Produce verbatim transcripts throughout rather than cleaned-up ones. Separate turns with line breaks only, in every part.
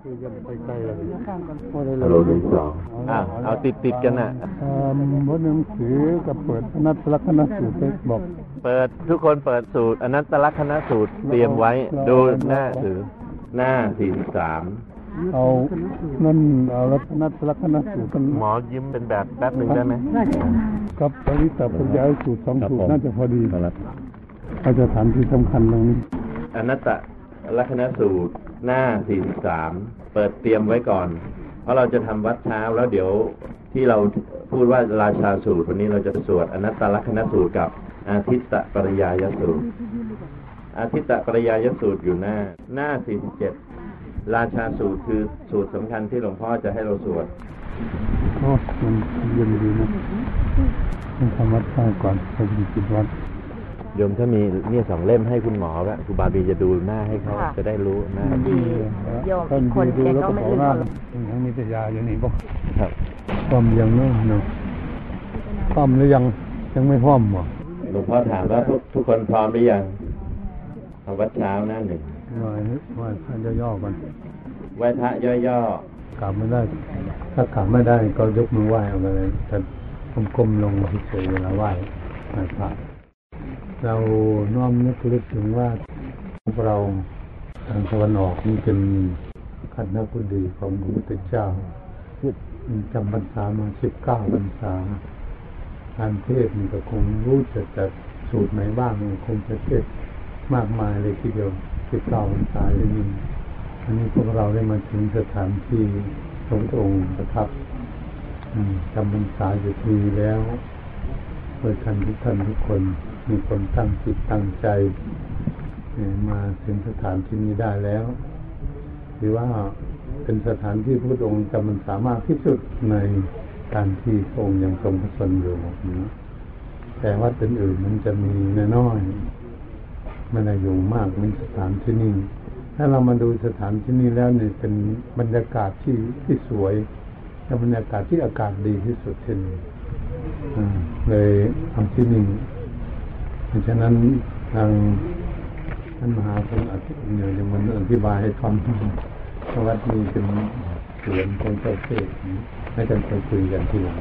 คุยกันใกล้ๆเลย
ฮัลโหลหนึ่งสองอ่าเอาติดติดกันน่ะ
บนหนังสือกับเปิดอนัตตลักษณสูตรไปบอก
เปิดทุกคนเปิดสูตรอนัตตลักษณสูตรเตรียมไว้ดูหน้าถือหน้าสี่สิบสาม
เอานั่นเอารัตนัตลักษณสูตร
หมอยิ้มเป็นแบบแป๊บหนึ่งได้ไหม
กับปริตปัญญาสูตรสองสูตรน่าจะพอดีเราจะถามที่สำคัญตรงนี้
อนัตตลักษณสูตรหน้าสี่สิบสามเปิดเตรียมไว้ก่อนเพราะเราจะทำวัดเช้าแล้วเดี๋ยวที่เราพูดว่าราชาสูตรวันนี้เราจะสวดอนัตตลักษณสูตรกับอาทิตตปริยายสูตรอาทิตตปริยายสูตรอยู่หน้าหน้าสี่สิบเจ็ดราชาสูตรคือสูตรสำคัญที่หลวงพ่อจะให้เราสวด
โอ้มันเย็นดีนะต้องทำวัดเช้าก่อนไปจิตวัด
โยมถ้ามีเนี่ยสองเล่มให้คุณหมอแล้วครูบาบีจะดูหน้าให้เขาจะได้รู้หน้า
ดีโยมอีกคนแกก็ไม่รู้
ยังมีแต่ยาอยู่นี่บอก
ครับ
ความยังเนาะเนาะพร้อมหรือยังยังไม่พร้อมบ่
หลวงพ่อถามว่าทุกทุกคนพร้อมหรือยังทำวัดเช้าหน้าหนึ่ง
ไหว้ไหว้พระย่อๆก่อน
ไหว้พระย่อ
ๆกราบไม่ได้ถ้ากราบไม่ได้ก็ยกมือไหว้เอาไปเลยแต่ก้มๆลงเฉยๆเวลาไหว้ไหว้พระเราน้อมนึกลึกถึงว่าเราทางตะวันออกนี่เป็นคณบดีของพระพุทธเจ้าจำพรรษามาสิบเก้าพรรษาการเทศน์ก็คงรู้จะจัดสูตรไหนบ้างคงจะเทศมากมายเลยทีเดียวสิบเก้าพรรษาเลยนี่อันนี้พวกเราได้มาถึงสถานที่พระพุทธองค์ประทับจำพรรษาอยู่ที่แล้วโดยท่านทุกท่านทุกคนมีคนตั้งจิตตั้งใจมาถึงสถานที่นี้ได้แล้วถือว่าเป็นสถานที่พระพุทธองค์จำมันสามารถที่สุดในการที่พระองค์ยังทรงพระชนอยู่นะแต่วัดอื่นๆมันจะมีน้อยๆไม่ได้อยู่มากเหมือนสถานที่นี้ถ้าเรามาดูสถานที่นี้แล้วเนี่ยเป็นบรรยากาศที่ที่สวยและบรรยากาศที่อากาศดีที่สุดที่นี่เลยทำที่นี่เพราะฉะนั้นทางท่านมหาภูมิอธิบดียังมันอธิบายให้ฟังวัดนี้เป็นสวนของเจ้าเทศให้ท่านไปคุยกันทีหลัง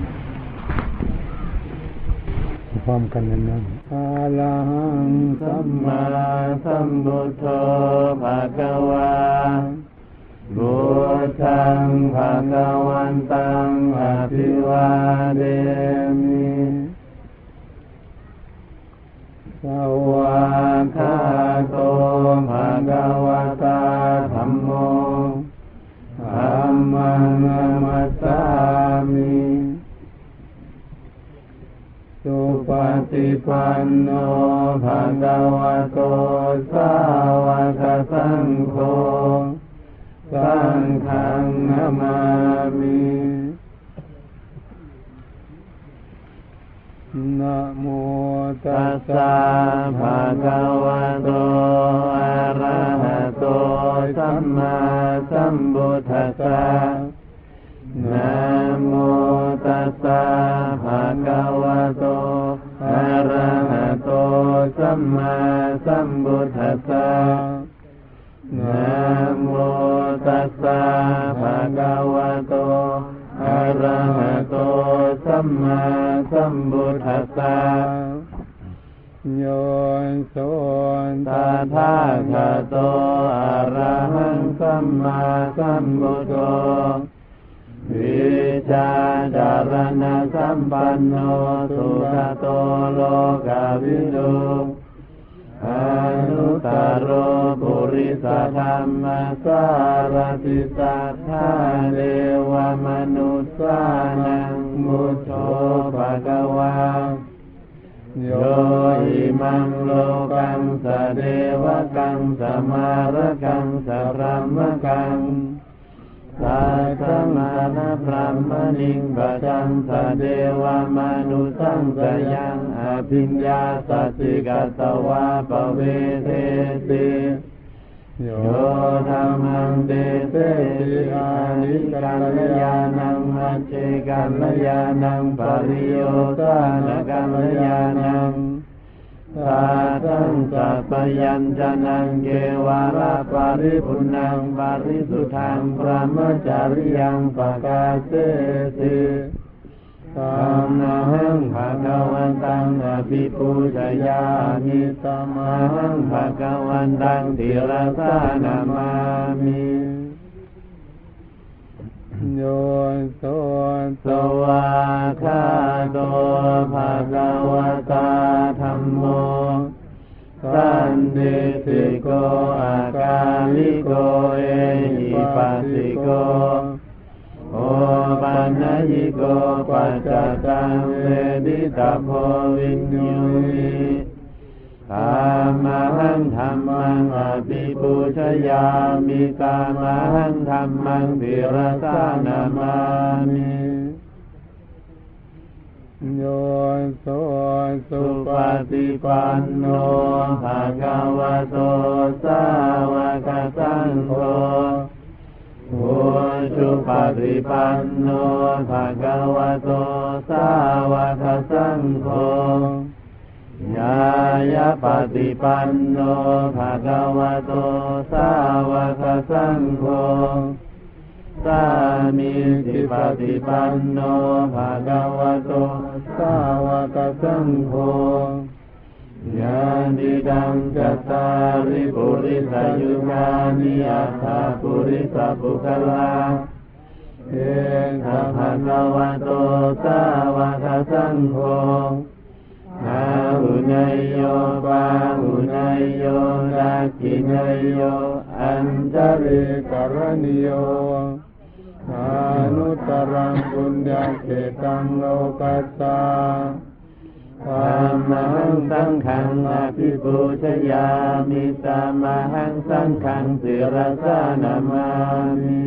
พร้อมกันนั้นนะอะระหังสัมมาสัมพุทโธภะคะวาพุทธังภะคะวันตังอภิวาเทมิสวากขาโตภะคะวะตาธัมโมธัมมังนัมมัสสามิสุปฏิปันโนภะคะวะโตสาวกสังโฆสังฆังนะมามินะโมตัสสะภะคะวะโตอะระหะโตสัมมาสัมพุทธัสสะนะโมตัสสะภะคะวะโตอะระหะโตสัมมาสัมพุทธัสสะนะโมตัสสะภะคะวะโตอะระหะโตสัมมาสัมพุทธัสสะโยโสตถาคโตอะระหังสัมมาสัมพุทโธวิชาจารณะสัมปันโนสุขโตโลกวิทูอนุตตโรปุริสธรรมสารติสัทธาเทวมนุสสานังมุตโธภะคะวาโยอิมังโลกังสะเดวะกังสมารกังสะพรหมกังสัทธมานะพรหมนิงปะจังสะเดวมนุสังสยังอภิญญาสัจจิกัสสวะปะเวเทติโยธัมมังเตเสอานิกัลยาณังมัจเจกัลยาณังปริโยสานกัลยาณังสาธังสัพยัญชนะเกวาระปาริปุณังปาริสุทธังพระมจาริยังปะกาเสติธัมมังภะคะวันตังอภิปูชยามิธัมมังภะคะวันตังทิรสานามามิโยโสสวาคาโตภะคะวะตาธัมโมสันติสิโกอาการิโกเอหิปัสสิโกโอปัญญิโกปัจจตังเวดิตาโพวิญญูหิธัมมังธัมมังอภิปูชยามิธัมมังธัมมังทิรสานามามิโยโสสุปฏิปันโนภะคะวะโตสาวกสังโฆโอสุปฏิปันโนภะคะวะโตสาวกสังโฆญายะปฏิปันโนภะคะวะโตสาวกสังโฆสามิจิปฏิปันโนภะคะวะโตสาวกสังโฆญาณิดังจัตตาริปุริสยุคานิอัตถาปุริสปุคละเอขะภะคะวะโตสาวกสังโฆอาหุเนยโยปาหุเนยโยนักขิเนยโยอัญจริกรณิโยอนุตตรังปุญญเขตังโลกัสสะธัมมังสังฆังอภิปูชยามิธัมมังสังฆังศิรสานามามิ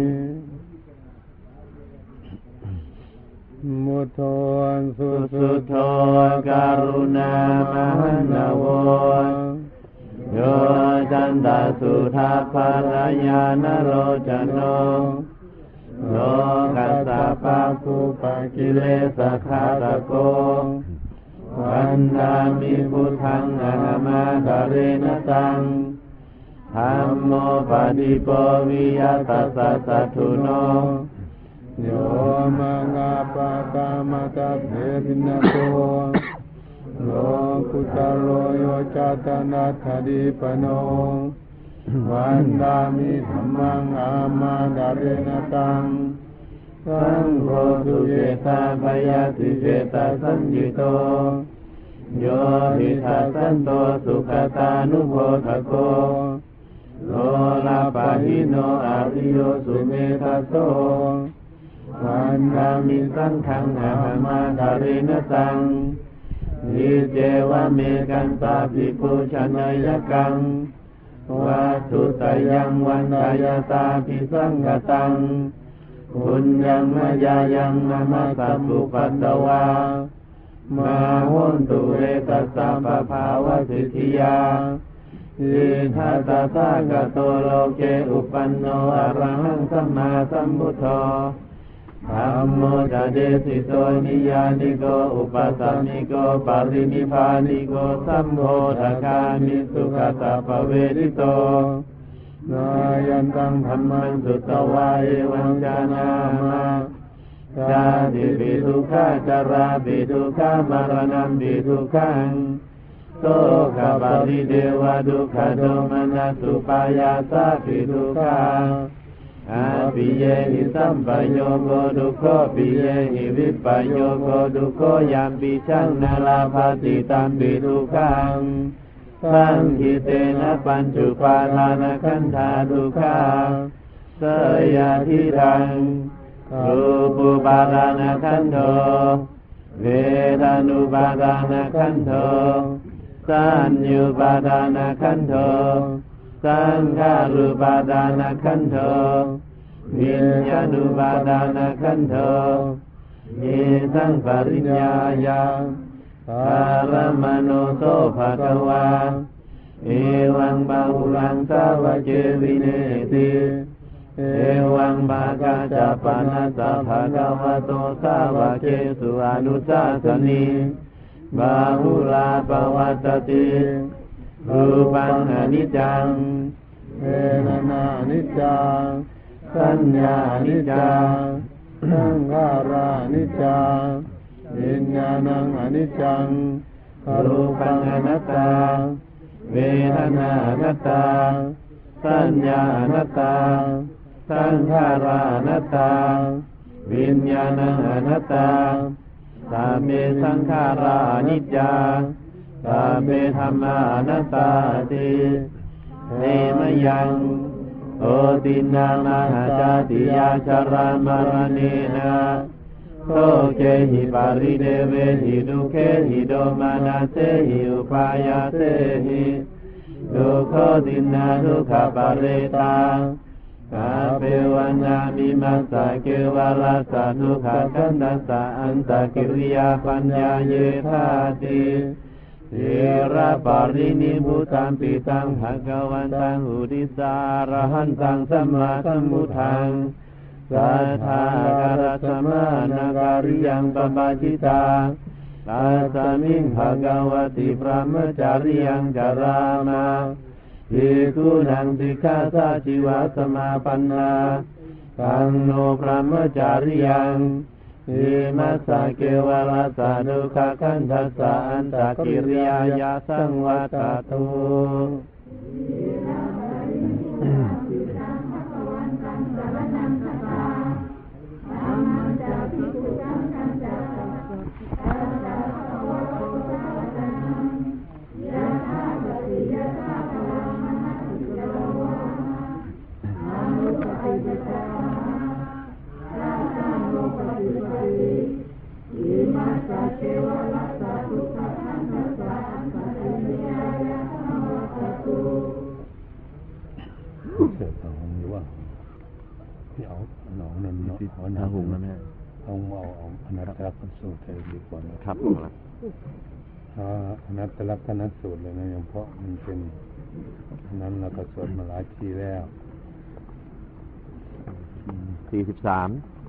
มุทโธสุสุโธการุณามหันโวโยจันตสุทัพพรายานโรจโนโลกัสสะปะภูปะกิเลสขาตโกวันดามิพุทธังอะหัมาการิณตังธัมโมปฏิปวิยตัสสะสัทถุโนโยมังอาปะกามะตะเพรินะโตโลกุตโลโยจัตนาทะดิปโนวันดามิธัมมังอามาการิณตังสังโฆสุเจตาปยาติเจตาสัญญิโตโยหิทัสสันโตสุขตานุโพธโกโลลาปะหิโนอาริโยสุเมทัสโสวันดามิสังฆังอะหัมาการิณตังนิเจวะเมกันตาภิกขุชนยกังวัตถุตยังวันตายตาภิสังฆตังปุญญังมยายังมะมะสัพพุปัสสวามาหุนตุเรตัสสะปะภาวะสิทธิยาอิทัสสะทากโตโลเกอุปันโนอะระหังสัมมาสัมพุทโธธัมโมจะเดสิโตนิยานิโกอุปัสสมิโกปารินิพพานิโกสัมโพธคามิสุขตะปะเวทิโตนายันตังธัมมังสุตวะเอวังจานามาชาติปิทุกขาจาราปิทุกขามรณะปิทุกขังโสกปาริเดวะดุขโดมนัสสุปายาสาปิทุกขาอาปิเยหิสัมปโยโกดุโคปิเยหิวิปโยโกดุโคยามปิชังนาลาภาติตัมปิทุกขังสังคิเตนะปัญจุปาทานขันธาทุกขาเสยทิรังรูปุปาทานขันโธเวทานุปาทานขันโธสัญญูปาทานขันโธสังขารุปาทานขันโธวิญญาณุปาทานขันโธยิสังปริญญายังปารมโนโสภะคะวาเอวังบาหุลังสาวะเจวิเนติเอวังภาคาจาปานาสะภะคะวะโตสาวะเกสุอนุสาสนี
บาหุลาปวัตติรูปังอนิจจัง
เวทนานิจจังสัญญานิจจังสังขารานิจจังวิญญาณังอนิจจัง
รูปังอนัตตาเวทนาอนัตตาสัญญาอนัตตาสังขารานัตตาวิญญาณังอนัตตาสัพเพสังขารานิจจาสัพเพธัมมานัตตาติเนมยังโอตินานาจาติยาชรามรณีนาโสเกหิปาริเดเวหิดุเคหิโดมานาเสหิอุปายาเสหิดุโคตินาทุขปาเรตากาเปวันนามิมัสสะเกวาลาสะทุขกันตัสสะอันตกิริยาปัญญาเยธาติเทระปารินิพุตังปิตังภะคะวันตังอุทิสารหันตังสัมมาสัมพุทธังสัทธาการสมานาการิยังปปาจิตาตาสมิงภะคะวติพระมจาริยังจารามาภิกขุนังสิกขาสาจิวะสมาปันนาตังโนพระมจาริยังอิมัสสะเกวาลาสะดุขะขันธัสสะอันตกิริยายาสังวัตตุ
เอาหุงนะแม่เอาเอาเอาอนัตตลักษณสูตรเลยดีกว่านะครับอ่าอนัตตลักษณสูตรเลยนะโยมเพราะมันเป็นนั้นเราก็สวดมาหลายทีแล้ว
สี่สิบสาม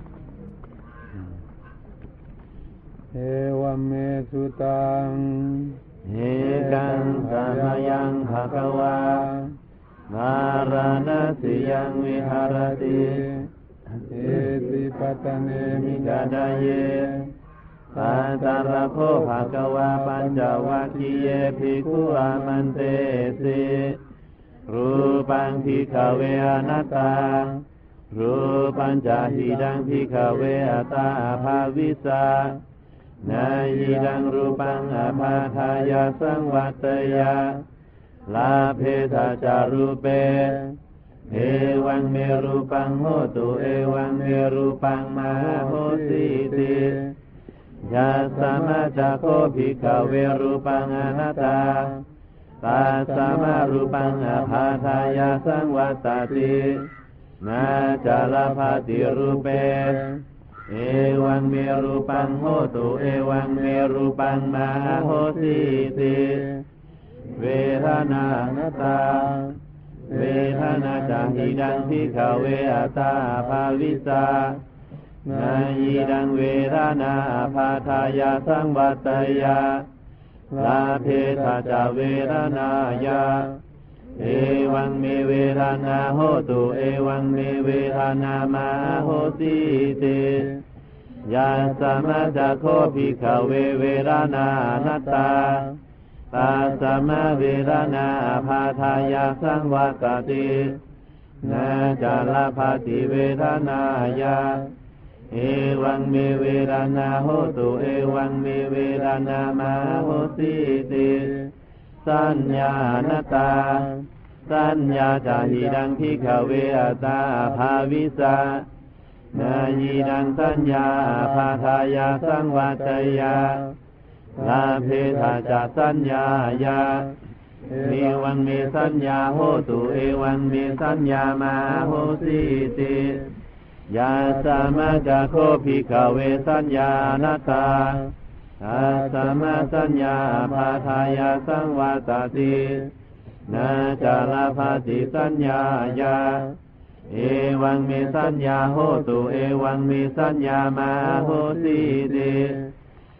เอวเมสุตัง
เอกังสมยังภะคะวาภารณสียังวิหารติ
เอสิปัตเนมิ
กาดาเยปันตระโคภะคะวาปัญจวัคคีเยภิกขุอามันเตสิรูปังภิกขเวอนัตตารูปัญจหิดังภิกขเวอตาภาวิสานายิดังรูปังอภาทายาสังวัตยาลาเพทาจารูเปเอวังเมรูปังโหตุเอวังเมรูปังมาโหสิติยาสามาจาโคภิกขเวรูปังอนัตตาตาสามารูปังอภาทายาสังวัตตินาจาลาภาติรูเปเอวังเมรูปังโหตุเอวังเมรูปังมาโหสิติเวทนานัตตาเวทนาจาหิดังภิกขเวอตาภาวิสานายิดังเวทนาภาทายาสังวัตยาลาเพทาจาเวทนายาเอวังเมเวทนาโหตุเอวังเมเวทนามาโหสิติยาสามาจาโคภิกขเวเวทนานัตตาตาสมาเวทนาภาทายาสังวัตตินาจาลาภาติเวทนายาเอวังเมเวทนาโหตุเอวังเมเวทนามาโหสิติสัญญานัตตาสัญญาจาหิดังภิกขเวอตาภาวิสานายิดังสัญญาภาทายาสังวัตยาลาเพทาจาสัญญายาเอวังเมสัญญาโหตุเอวังเมสัญญามาโหสิติยาสามาจาโคภิกขเวสัญญานัตตาอาสามาสัญญาภาทายาสังวัตตินาจาลาภาติสัญญายาเอวังเมสัญญาโหตุเอวังเมสัญญามาโหสิติ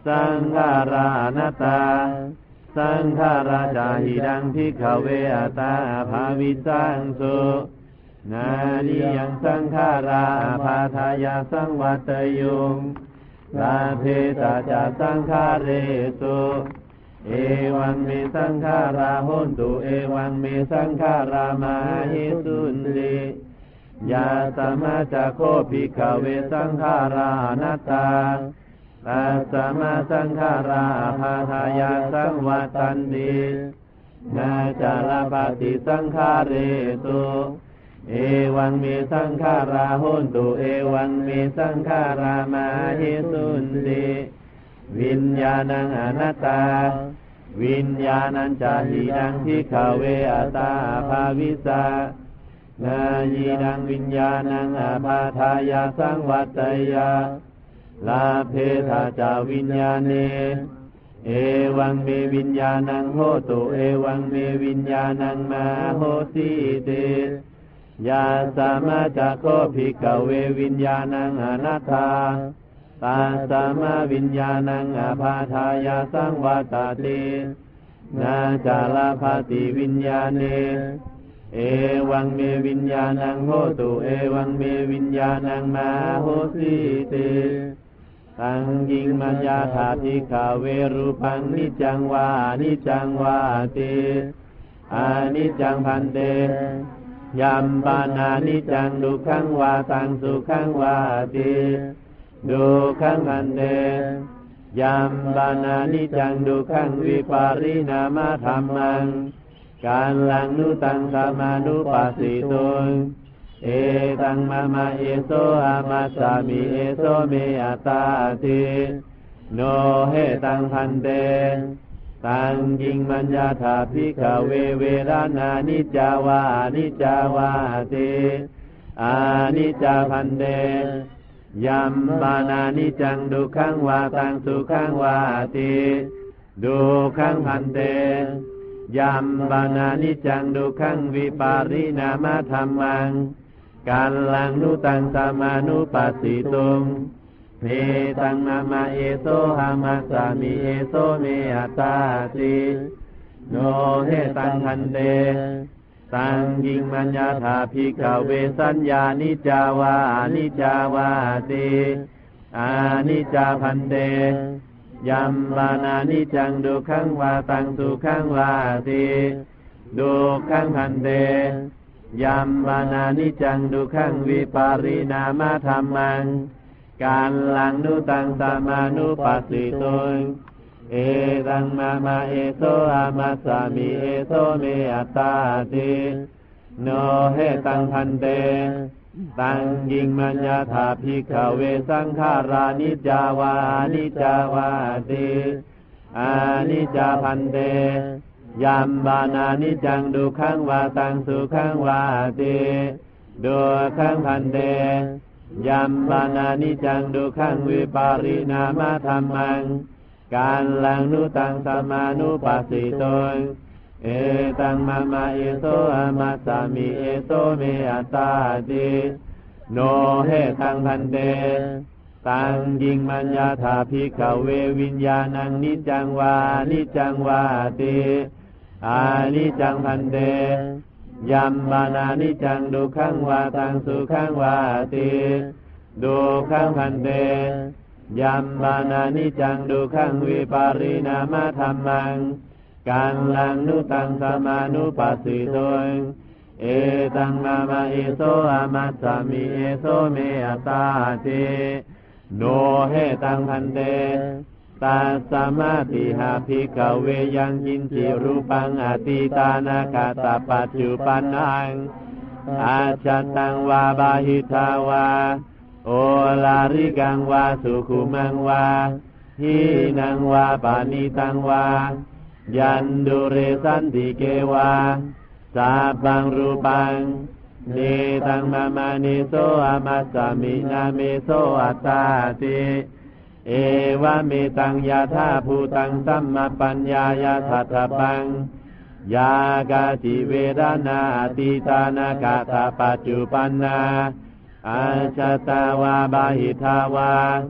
สังขารานัตตาสังขาราจาหิดังภิกขเวอัตตาภาวิสังสุนานิยังสังขาราภาทายาสังวัตยุงลาเพตาจาสังขาเรสุเอวังเมสังขาราโหนตุเอวังเมสังขารามาหิสุนติยาสมาจโคภิกขเวสังขารานัตตาตัสสมาสังขาราภาทายาสังวัตันตินาจาลปฏิสังขาเรสุเอวังเมสังขาราโหนตุเอวังเมสังขารามาหิสุนติวิญญาณังอนัตตาวิญญาณัญจาหิดังภิกขเวอัตตาภาวิสานายีดังวิญญาณังอาภาทายาสังวัตยาลาเพธาจาวิญญาเนเอวังเมวิญญาณังโหตุเอวังเมวิญญาณังมาโหติเตยาสามาจโคภิกขเววิญญาณังอนัตถาตาสามาวิญญาณังอาภาทายาสังวัตตินาจาลาภาติวิญญาเนเอวังเมวิญญาณังโหตุเอวังเมวิญญาณังมาโหติเตตังยิงมัญญาธาภิกขเวรูปังนิจังวานิจังวาติอานิจังพันเตยัมปานานิจังดุขังวาตังสุขังวาติดุขังพันเตยัมปานานิจังดุขังวิปาริณามะธัมมังการลังนุตังสามานุปัสสิตุงเอตังมามาเอโสอามาสามิเอโสเมอัตตาติโนเฮตังพันเตตังยิงมัญญาธาภิกขเวเวรานานิจาวานิจาวาติอานิจาพันเตยัมปานานิจังดุขังวาตังสุขังวาติดุขังพันเตยัมปานานิจังดุขังวิปาริณามะธัมมังการลังนุตังสามานุปัสสิตุงเพตังมามาเอโสหามาสามิเอโสเมอัตตาติโนเฮตังพันเตตังยิงมัญญาธาภิกขเวสัญญานิจาวานิจาวาติอานิจาพันเตยัมปานานิจังดุขังวาตังสุขังวาติดุขังพันเตยัมปานานิจังดุขังวิปาริณามะธัมมังการลังนุตังสามานุปัสสิตุงเอตังมามาเอโสอามาสามิเอโสเมอัตตาติโนเฮตังพันเตตังยิงมัญญาธาภิกขเวสังขารานิจาวานิจาวาติอานิจาพันเตยัมปานานิจังดุขังวาตังสุขังวาติดุขังพันเตยัมปานานิจังดุขังวิปาริณามะธัมมังการลังนุตังสามานุปัสสิตุงเอตังมามาเอโสอามาสามิเอโสเมอัตตาติโนเฮตังพันเตตังยิงมัญญาธาภิกขเววิญญาณังนิจังวานิจังวาติอานิจังพันเตยัมปานานิจังดุขังวาตังสุขังวาติดุขังพันเตยัมปานานิจังดุขังวิปาริณามะธัมมังการลังนุตังสามานุปัสสิตุงเอตังมามาเอโสอามาสามิเอโสเมอัตตาติโนเฮตังพันเตตัสสมาติหาภิกขเวยังกินจิรูปังอติตานากาตปัจจุปันนังอาชัตตังวาบาหิทาวาโอลาริกังวาสุขุมังวาหินังวาปานิตังวายันดุเรสันติเกวาสาปังรูปังเนตังมามาเนโสอามาสามินาเมโสอัตตาติเอวะเมตังยาธาภูตังสัมมาปัญญายาทัตถปังยากาติเวรนาติตานากาตปัจจุปันนาอาชตาวาบาหิทาวา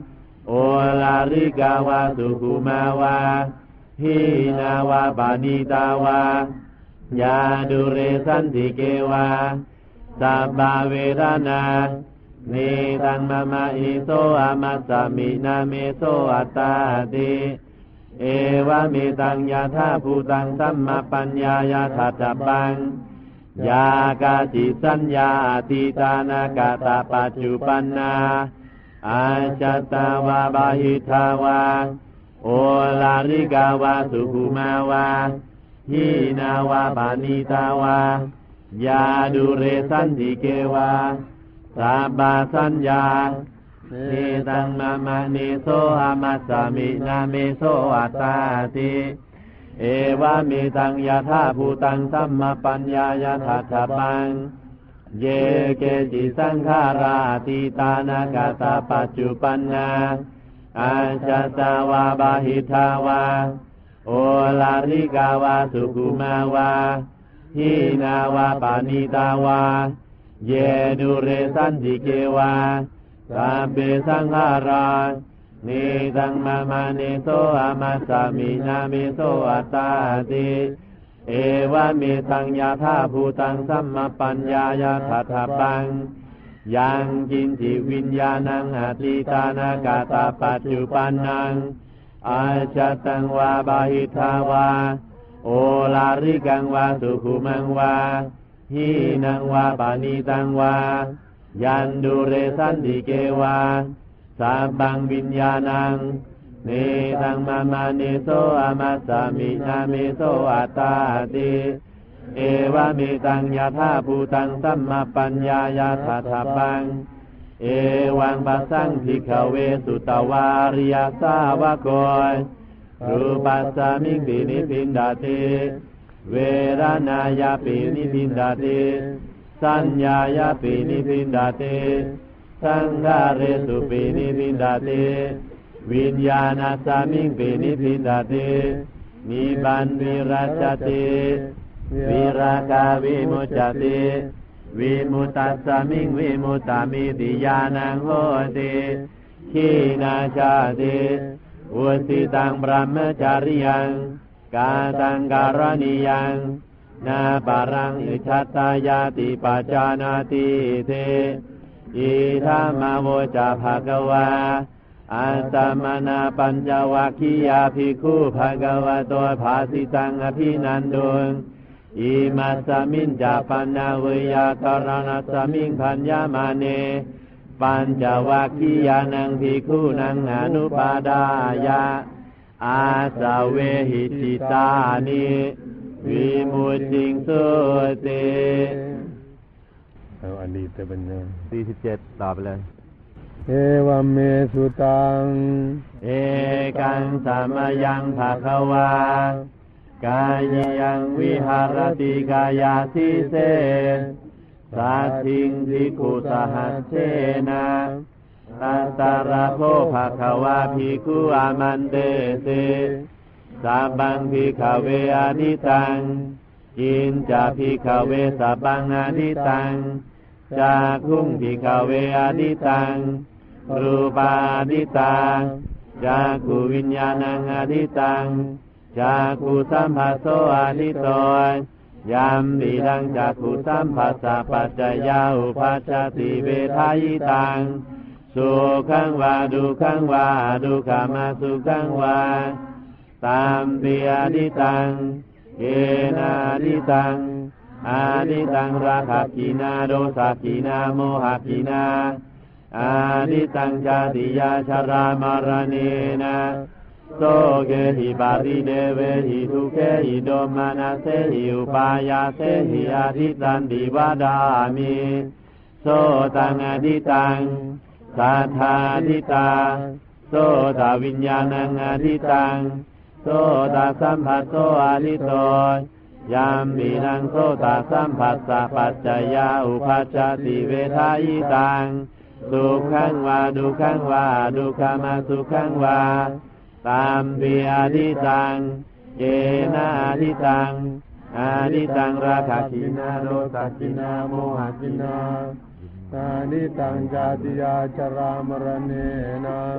โอลาริกาวาสุขุมาวาหินาวาปานิตาวายาดุเรสันติเกวาสัพพะเวรนาเนตังมะมะอิโสอามัสสมินาเมโสอัตตาติเอวะเมตังยะธาภูตังสัมมาปัญญายาทัตถปังยากาจิสัญญาติตานากาตาปัจจุปันนาอาจัตตาวาบาหิทาวาโอลาริกาวาสุขุมาวาหินาวาปานิตาวายาดุเรสันติเกวาสัพพะสัญญาเนตังมะมะเนโสอามัสสมินาเมโสอัตตาติเอวะเมตังยะธาภูตังสัมมาปัญญายาทัตถปังเยเกจิสังขาราติตานากาตาปัจจุปันนาอาจัตตาวาบาหิทาวาโอลาริกาวาสุขุมาวาหินาวาปานิตาวาเยดุเรสันติเกวาสัพเพสังขาราเนตังมะมะเนโสอามัสสมินาเมโสอัตตาติเอวะเมตังยะธาภูตังสัมมาปัญญายาทัตถปังยังกินจิวิญญาณังอติตานากาตาปัจจุปันนังอาจัตตังวาบาหิทาวาโอลาริกังวาสุขุมังวาหินังวาปานิตังวายันดุเรสันติเกวาสัพพังวิญญาณังเนตังมะมะเนโสอามัสสมินาเมโสอัตตาติเอวะเมตังยะธาภูตังสัมมาปัญญายาทัตถปังเอวังปัสสังภิกขเวสุตวาริยสาวกโยรูปัสสมิงปินิพินดาติเวรนายาปินิพินดาติสัญญายาปินิพินดาติสังขาเรสุปินิพินดาติวิญญาณสามิงปินิพินดาตินิบันวิรัชติวิรากาวิมุจจติวิมุตตัสสมิงวิมุตตามิติญาณังโหติขีนาชาติอุสิตังบรมจาริยังกาตังการณิยังนาปารังอิชัตตายาติปัจจานาติเทอิธัมมะโวจาภควาอัตตมนาปัญจวัคคียาภิกขุภควโตภาสิตังอภินันตุอิมัสสมินจาปันนาเวยากรณัสสมิงพัญญามาเนปัญจวัคคียานังภิกขุนังอนุปาดายะอาสาเวหิจิตานิวิมุตติงสุติ
เอาอดีตปัญญา
สี่สิบเจ็ดต่อไปเลย
เอวะเมสุตัง
เอกังสามยังภะคะวากายยังวิหารติกายาทิเสสัทธิงภิกขุสหัสเสนะตัตตาระโภภะคะวาภิกขุอามันเตเสสัพพังภิกขเวอนิตังกินจาภิกขเวสัพพังอนิตังจากขุงภิกขเวอนิตังรูปานิตังจากขุวิญญาณังอนิตังจากขุสัมผัสโสอนิโตยามปิดังจากขุสัมผัสสะปัจจยาอุปัชชติเวทายตังสุขังวาดุขังวาดุขามาสุขังวาตามปิอนิตังเกนานิตังอานิตังราคะกินาโดสะกินาโมหะกินาอานิตังจาติยาชรามรณีนะโสเกหิปาริเดเวหิทุเกหิโดมานาเสหิอุปายาเสหิอาทิตันติวาดามิโสตังอทิตังสัทธาทิตาโสตวิญญาณังอทิตังโสตสัมผัสโสอนิโตยามปินังโสตสัมผัสสะปัจจยาอุปัชชติเวทายตังสุขังวาดุขังวาดุขามาสุขังวาตามปิอนิตังเยนะอนิตังอนิตังราคะกินาโดสะกินาโมหะกินา
อานิตังจาติยาชรามรณีนะโ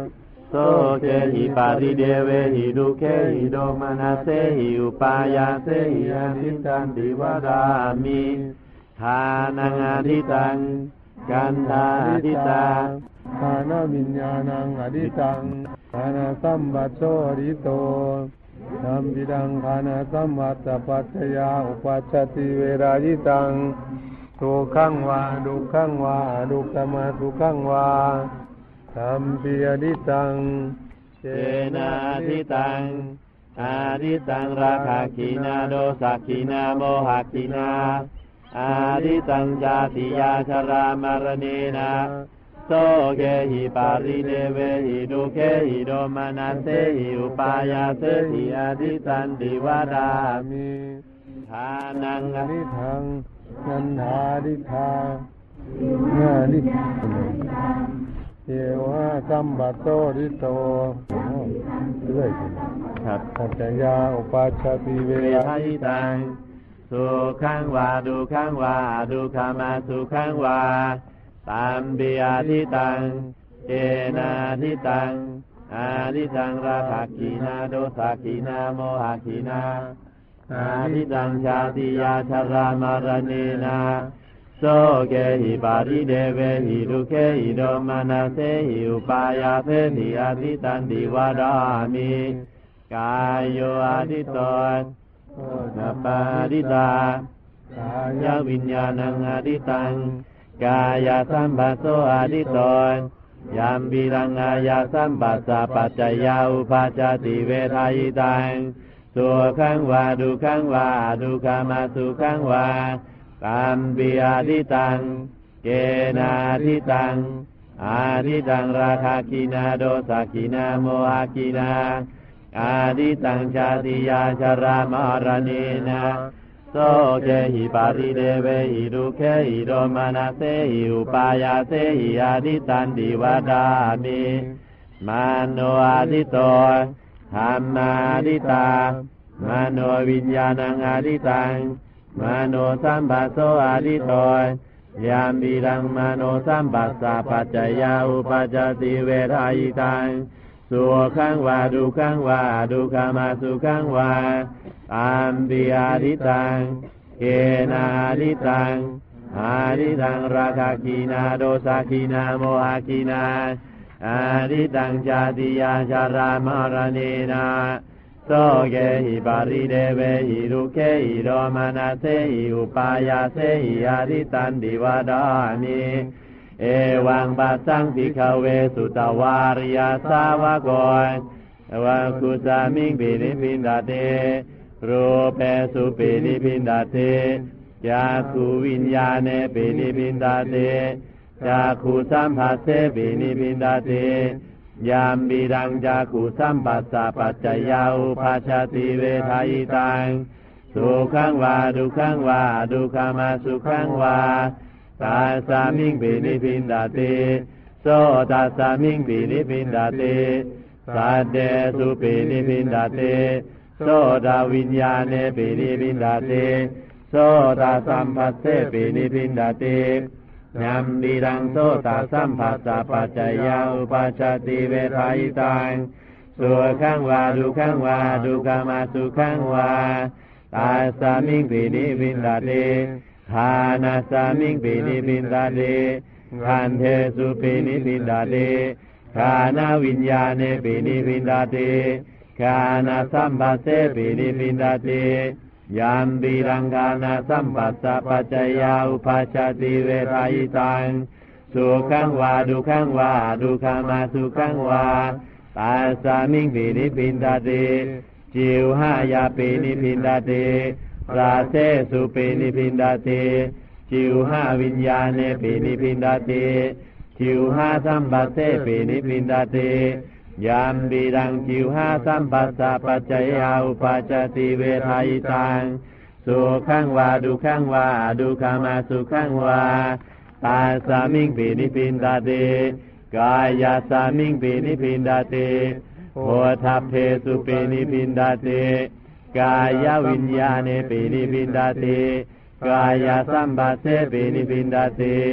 โสเกหิปาริเดเวหิดุเคหิโดมานาเสหิอุปายาเสหิอาทิตันติวดามิทานังอาทิตังกันธาอาทิตา
ทานาวิญญาณังอดิตังทานาสัมบัตโสอริโตธัมปิดังทานาสัมวัตปัจจยาอุปัชชติเวรายิตังสุขังวาดุขังวาดุขมาสุขังวาธัมปิอดิตัง
เจนาทิตังอาทิตังราคะขีนาโดสักขีนาโมหะขีนาอาทิตังชาติยาชรามรณีนาโสเกหิปาริเดเวหิดุเคหิโดมานาเสหิอุปายาเสหิอาทิตันติวดามิทานังอ
นิทังนันทาดิทานาดิเทวะสัมบัตโตริโตเรื่อยครับปัจจยาอุปัชชติเวรายิตัง
สุขังวาดุขังวาดุขามาสุขังวาตัมปิอาทิตังเจนาทิตังอาทิตังราคะขีนาโดสักขีนาโมหะขีนาอาทิตังชาติยาชรามรณีนาโสเกหิปาริเดเวหิดุเคหิโดมานาเสหิอุปายาเสหิอาทิตันติวดามิกายโยอาทิตโตนาปาริตากายวิญญาณังอาทิตังกายสัมปัสโสอาทิตโตยามปิรังอายาสัมปัสสะปัจจยาอุปัชชติเวทายตังสุขังวาดุขังวาดุขามาสุขังวาตัมปิอาทิตังเกนาทิตังอาทิตังราคะขีนาโดสักขีนาโมหะขีนาอาทิตังชาติยาชรามรณีนาโสเกหิปาริเดเวหิดุเคหิโดมานาเสหิอุปายาเสหิอาทิตันติวดามิมโนอาทิโตธัมมาทิตามโนวิญญาณังอาทิตังมโนสัมปัสโสอาทิโตยามปิรังมโนสัมปัสสะปัจจยาอุปัชชติเวทายตังสุขังวาดุขังวาดุขามาสุขังวาตัมปิอาทิตังเกนาทิตังอาทิตังราคะขีนาโดสักขีนาโมหะขีนาอาทิตังชาติยาชรามรณีนาโสเกหิปาริเดเวหิดุเคหิโดมานาเสหิอุปายาเสหิอาทิตันติวดามิเอวังปัสสังภิกขเวสุตวาริยสาวกวะกุสามิงปินิพินดาเตรูปเสุปินิพินดาเตจักขุวิญญาเนปินิพินดาเตจักขุสัมผัสเสปินิพินดาเตยามปิรังจักขุสัมปัสสะปัจจยาอุปัชชติเวทายตังสุขังวาดุขังวาดุขามาสุขังวาตาสามิงปินิพินดาเตโสตาสามิงปินิพินดาเตสัตเตสุปินิพินดาเตโสตวิญญาเนปินิพินดาเตโสตสัมผัสเสปินิพินดาเตยัมปิรังโสตสัมผัสสะปัจจยาอุปัชชติเวทายตังสุขังวาดุขังวาดุขามาสุขังวาตาสามิงปินิพินดาเตทานาสามิงปินิพินดาเตขันเทสุปินิพินดาเตขานาวิญญาเนปินิพินดาเตขานาสัมปัสเสปินิพินดาเตยามปิรังกานาสัมปัสสะปัจจยาอุปัชชติเวทายตังสุขังวาดุขังวาดุขามาสุขังวาตาสามิงปินิพินดาเตจิวหายาปินิพินดาเตราเสสุปินิพินดาเตจิวหาวิญญาเนปินิพินดาเตจิวหาสัมปัสเสปินิพินดาเตยามปิรังจิวหาสัมปัสสะปัจจยาอุปัชชติเวทายตังสุขังวาดุขังวาดุขามาสุขังวาตาสามิงปินิพินดาเตกายาสามิงปินิพินดาเตโพธัพเพสุปินิพินดาเตกายวิญญาเนปินิพินดาเตกายสัมปัสเสปินิพินดาเต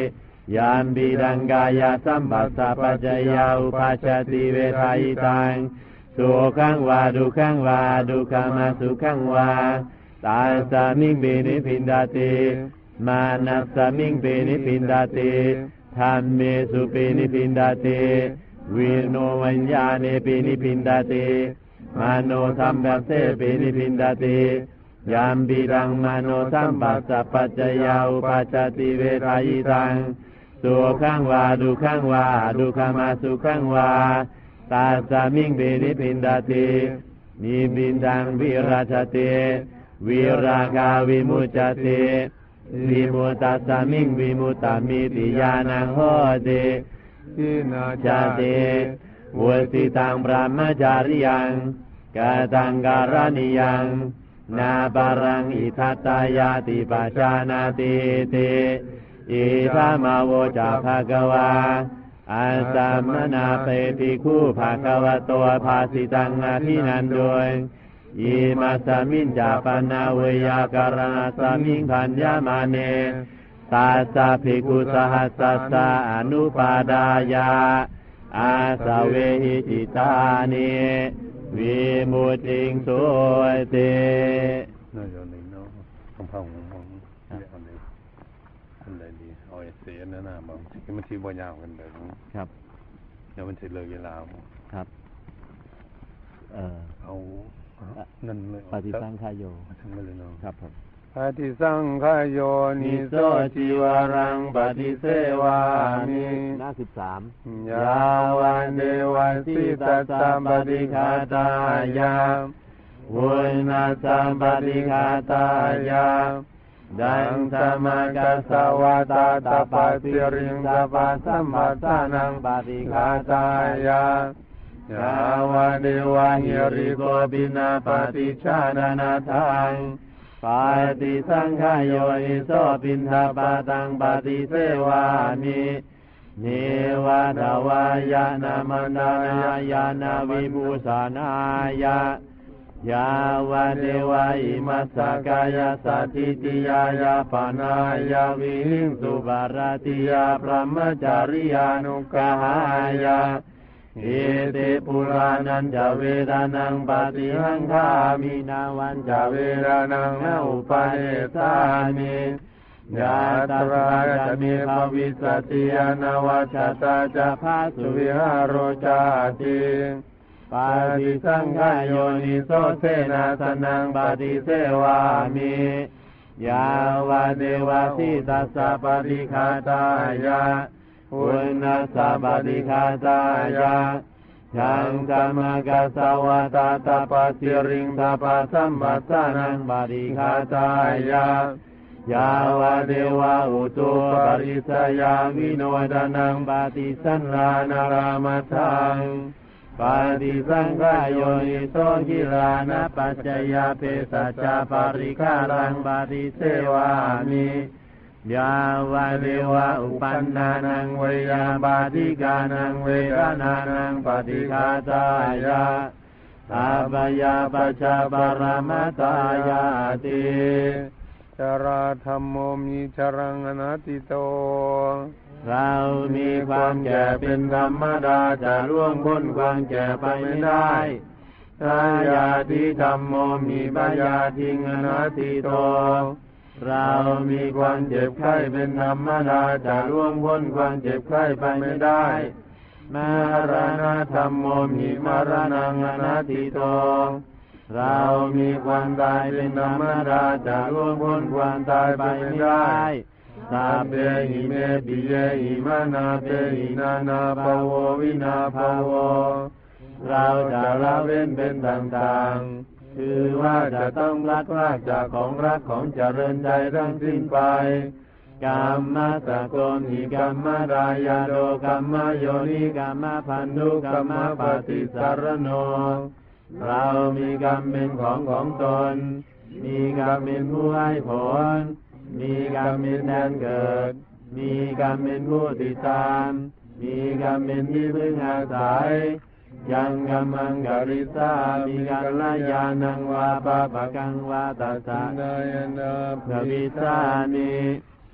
ยามปิดังกายสัมปัสสะปัจจยาอุปัชชติเวทายตังสุขังวาดุขังวาดุขามาสุขังวาตาสามิงเบนิพินดาติมานัสสามิงเบนิพินดาติธรรมเมสุเปนิพินดาติวิโนวัญญาเนเปนิพินดาติมโนสัมปัสเสเปนิพินดาติยามปิดังมโนสัมปัสสะปัจจยาอุปัชชติเวทายตังสุขังวาดุขังวาดุขามาสุขังวาตาสามิงเบนิพินดาตินิพินดังวิราชติวิราคาวิมุจจติวิมุตตสามิงวิมุตตามิติญาณังโหติทินาจติวุติตังพรหมจาริยังกตังการณิยังนาปารังอิทัตตายาติปัจจานาติติอิทัมโวจาภะคะวาอาสัมมนาเปภิกขุภะคะวะโตภาสิตังอภินันโดยอิมัสสมินจาปนาเวยากรณสามิงพันยามาเนตาสะภิกขุสหัสสะสะอนุปาดายาอาสเวหิจิตานิวิมุตติงสุติ
น่าจะหนึ่งเนาะคำพังของเรียกอันนี้อันใดดีเอาเสียนั่นน่ะบางทีมันทีบ่ยาวกันเลย
ครับ
เดี๋ยวมันจะเลยเวลา
ครับเออ
เอานั่นเลย
ปฏิสังขายโย
ทั้งนั้นเลยเนาะ
ครับผม
ปฏิสังขายโยนิโสจิวารังปฏิเสวามิ
หน้าสิบสาม
ยาวันเดวัสิตัสสะปฏิฆาตายาวุนัสสะปฏิฆาตายาดังธรรมกัสสวะตาตาปัสสิริงสัพพสัมปัสสานังปฏิฆาตายายาวะเดวะหิริโกปินาปฏิชานานาทังปฏิสังขายโยอิโสปินทปาตังปฏิเสวามิเนวะทวายานามันดานายานาวิภูสานายายาวะเดวะอิมัสสกายาสัตติติยายาปานายาวิหิงสุบารติยาพรหมจาริยานุกหายาเอเตปุรานันจะเวดานังปฏิหังคามินาวันจะเวดานังนาอุปาเนสามิยาตราจะมีภวิสติยานวัชตาจะภาสุวิหารโรจาติปฏิสังขายโยนิโสเสนาสนังปฏิเสวามิยาวะเดวะสิตัสสะปฏิฆาตายาอุนัสสะปฏิฆาตายาฉังธรรมกัสสวะตาตาปัสสิริงสัพพสัมปัสสานังปฏิฆาตายายาวะเดวะอุตุปริสยาวิโนดานังปฏิสันลานารามทังปฏิสังขายโยนิโสกิลานะปัจจยาเปสัจจาปริฆารังปฏิเสวามิยาวะเดวะอุปันนานังเวยาบาติกานังเวรนานังปฏิฆาตายาอาบยาปัจจาปรมัตตายาติจราธรรมโมมิจรังอนัตติโตเรามีความแก่เป็นธรรมดาจะล่วงพ้นความแก่ไปไม่ได้ทายาติธรรมโมมิปยาทิงอนัตติโตเรามีความเจ็บไข้เป็นธรรมดาจะล่วงพ้นความเจ็บไข้ไปไม่ได้มรณะธรรมโมมิมรณังอนัตติโตเรามีความตายเป็นธรรมดาจะล่วงพ้นความตายไปไม่ได้สัพเพหิเมปิเยหิมานาเปหินานาภโววินาภโวเราจะละเว้นเป็นต่างๆคือว่าจะต้องพลัดพรากจากของรักของเจริญใจทั้งสิ้นไปกรรมสโกมิกรรมรายาโดกรรมโยนิกรรมพันธุกรรมปฏิสารโนเรามีกรรมเป็นของของตนมีกรรมเป็นผู้ให้ผลมีกรรมเป็นแดนเกิดมีกรรมเป็นผู้ติดตามมีกรรมเป็นที่พึ่งอาศัยยังกัมมังกริสามีกัลยาณังวาปะปะกังวาตัสสะนายนาภวิสานิ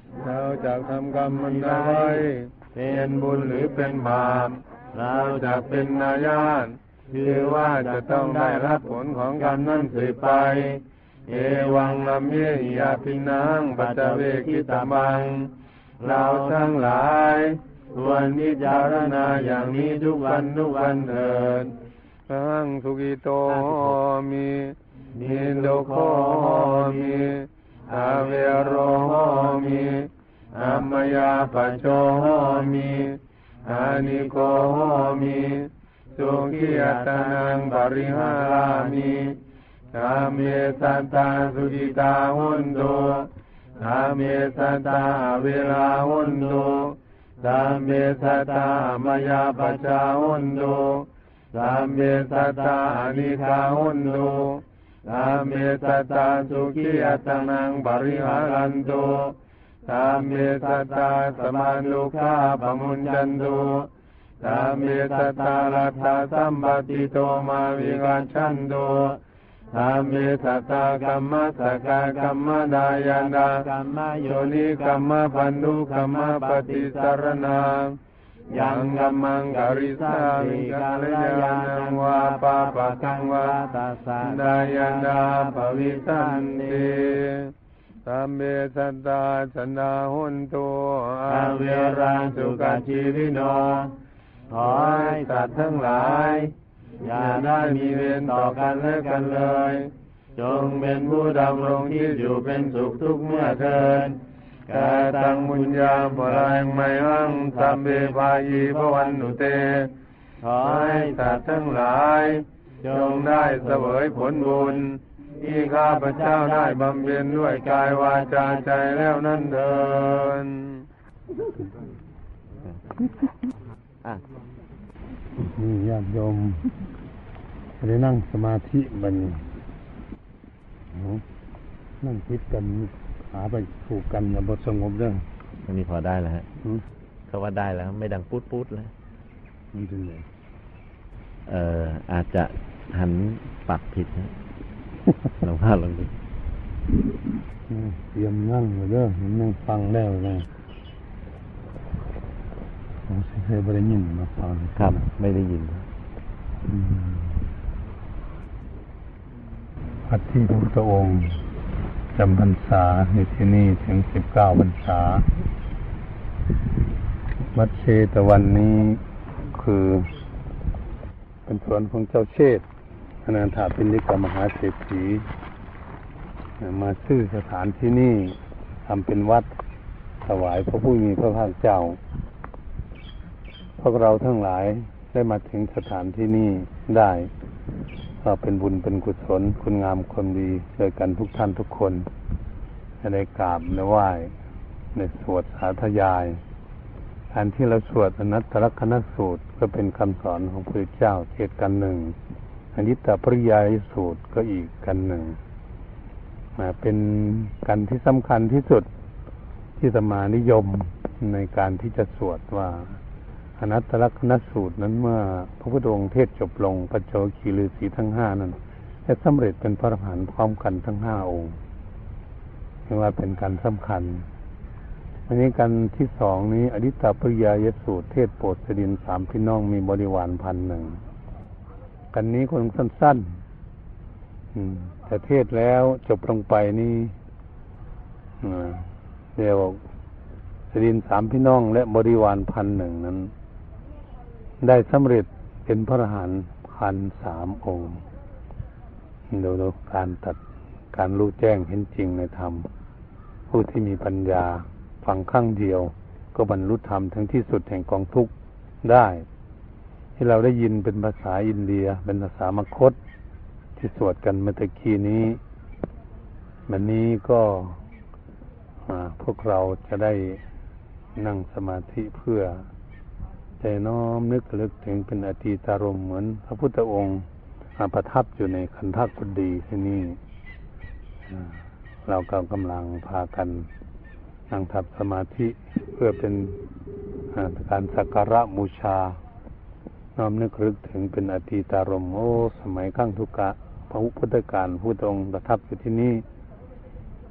เราจะทำกรรมมันใดไว้เป็นบุญหรือเป็นบาปเราจะเป็นนายานคือว่าจะต้องได้รับผลของกรรมนั้นสืบไปเอวังลัมเยยาปินังปัจเวกิตมังเราทั้งหลายควรพิจารณาอย่างนี้ทุกวันทุกวันเถิดทังสุกิโตมินิโลโคมิอาเวโรมิอัมมยาปัจโจมิอานิโกมิสุขิยตานังปริหารามิกาเมสัตตาสุจิตาหุนโตกาเมสัตตาเวลาหุนโตกาเมสัตตามยาปัจจาหุนโตกาเมสัตตาอนิคาหุนโตกาเมสัตตาสุขิยตานังปริหารันโตกาเมสัตตาสมานุคาปมุญจันโตกาเมสัตตาลัทธาสัมปติโตมาวิกัจฉันโตกาเมสัตตากัมมะสกากัมมะดายานากัมมะโยนิกัมมะปันดุกัมมะปฏิสารนังยังกัมมังกริสามิกัลยาณังวาปาปะกังวาตัสสะดายานาภวิสันติสัมเมสัตตาสันดาหุนโตอาเวราสุขชีวิโนขอให้สัตว์ทั้งหลายอย่าได้มีเวรต่อกันและกันเลยจงเป็นผู้ดำรงที่อยู่เป็นสุขทุกเมื่อเทินกาตังมุญญาปรายไมหังสัมเบปายีภวันตุเตขอให้สัตว์ทั้งหลายจงได้เสวยผลบุญที่ข้าพเจ้าได้บำเพ็ญด้วยกายวาจาใจแล้วนั้นเถิด
นี่ญาติโยมได้นั่งสมาธิบัดนี้นั่งคิดกันหาไปถูกกันอย่าบทสงบเรื่อง
อันนี้พอได้แล้วฮะเขาว่าได้แล้วไม่ดังปุ๊ดปุ๊ดแล้ว
มันเป็นไง
เอ่ออาจจะหันปักผิดนะลองพาลองดู
เตรียมนั่งเลยเด้อนั่งฟังแล้วนะผมเคยไม่ได้ยินมาฟัง
ครับไม่ได้ยิน
พัดที่พระพุทธองค์จำพรรษาในที่นี่ถึงสิบเก้าพรรษาวัดเชตวันนี้คือเป็นสวนของเจ้าเชษฐ์อนันถปิณฑิกมหาเศรษฐีมาซื้อสถานที่นี่ทำเป็นวัดถวายพระผู้มีพระภาคเจ้าพวกเราทั้งหลายได้มาถึงสถานที่นี่ได้ก็เป็นบุญเป็นกุศลคุณงามความดีโดยกันทุกท่านทุกคนได้กราบได้ไหว้ได้สวดสาธยายการที่เราสวดอนัตตลักษณสูตรก็เป็นคำสอนของพระพุทธเจ้าเทศกันหนึ่งอนิจจปริยายสูตรก็อีกกันหนึ่งเป็นกันที่สำคัญที่สุดที่สมานิยมในการที่จะสวดว่าอนัตตลักษณสูตรนั้นเมื่อพระพุทธองค์เทศจบลงปัจโจคีฤาษีทั้งห้านั้นได้สำเร็จเป็นพระอรหันต์พร้อมกันทั้งห้าองค์ถือว่าเป็นการสำคัญอันนี้กันที่สองนี้อนิจจปริยายสูตรเทศโปรดสดินสามพี่น้องมีบริวารพันหนึ่งกันนี้คนสั้นๆแต่เทศแล้วจบลงไปนี่เดี๋ยวสดินสามพี่น้องและบริวารพันหนึ่งนั้นได้สำเร็จเป็นพระอรหันต์พันสามองค์ดูดูการตัดการรู้แจ้งเห็นจริงในธรรมผู้ที่มีปัญญาฟังครั้งเดียวก็บรรลุธรรมทั้งที่สุดแห่งกองทุกข์ได้ที่เราได้ยินเป็นภาษาอินเดียเป็นภาษามคธที่สวดกันเมื่อตะกี้นี้วันนี้ก็พวกเราจะได้นั่งสมาธิเพื่อใจน้อมนึกระลึกถึงเป็นอดีตารมณ์เหมือนพระพุทธองค์ประทับอยู่ในคันธกุฎีที่นี่เราก็กำลังพากันนั่งทำสมาธิเพื่อเป็นการสักการะบูชาน้อมนึกระลึกถึงเป็นอดีตารมณ์โอ้สมัยขั้งทุกะพระพุทธการพุทธองค์ประทับอยู่ที่นี่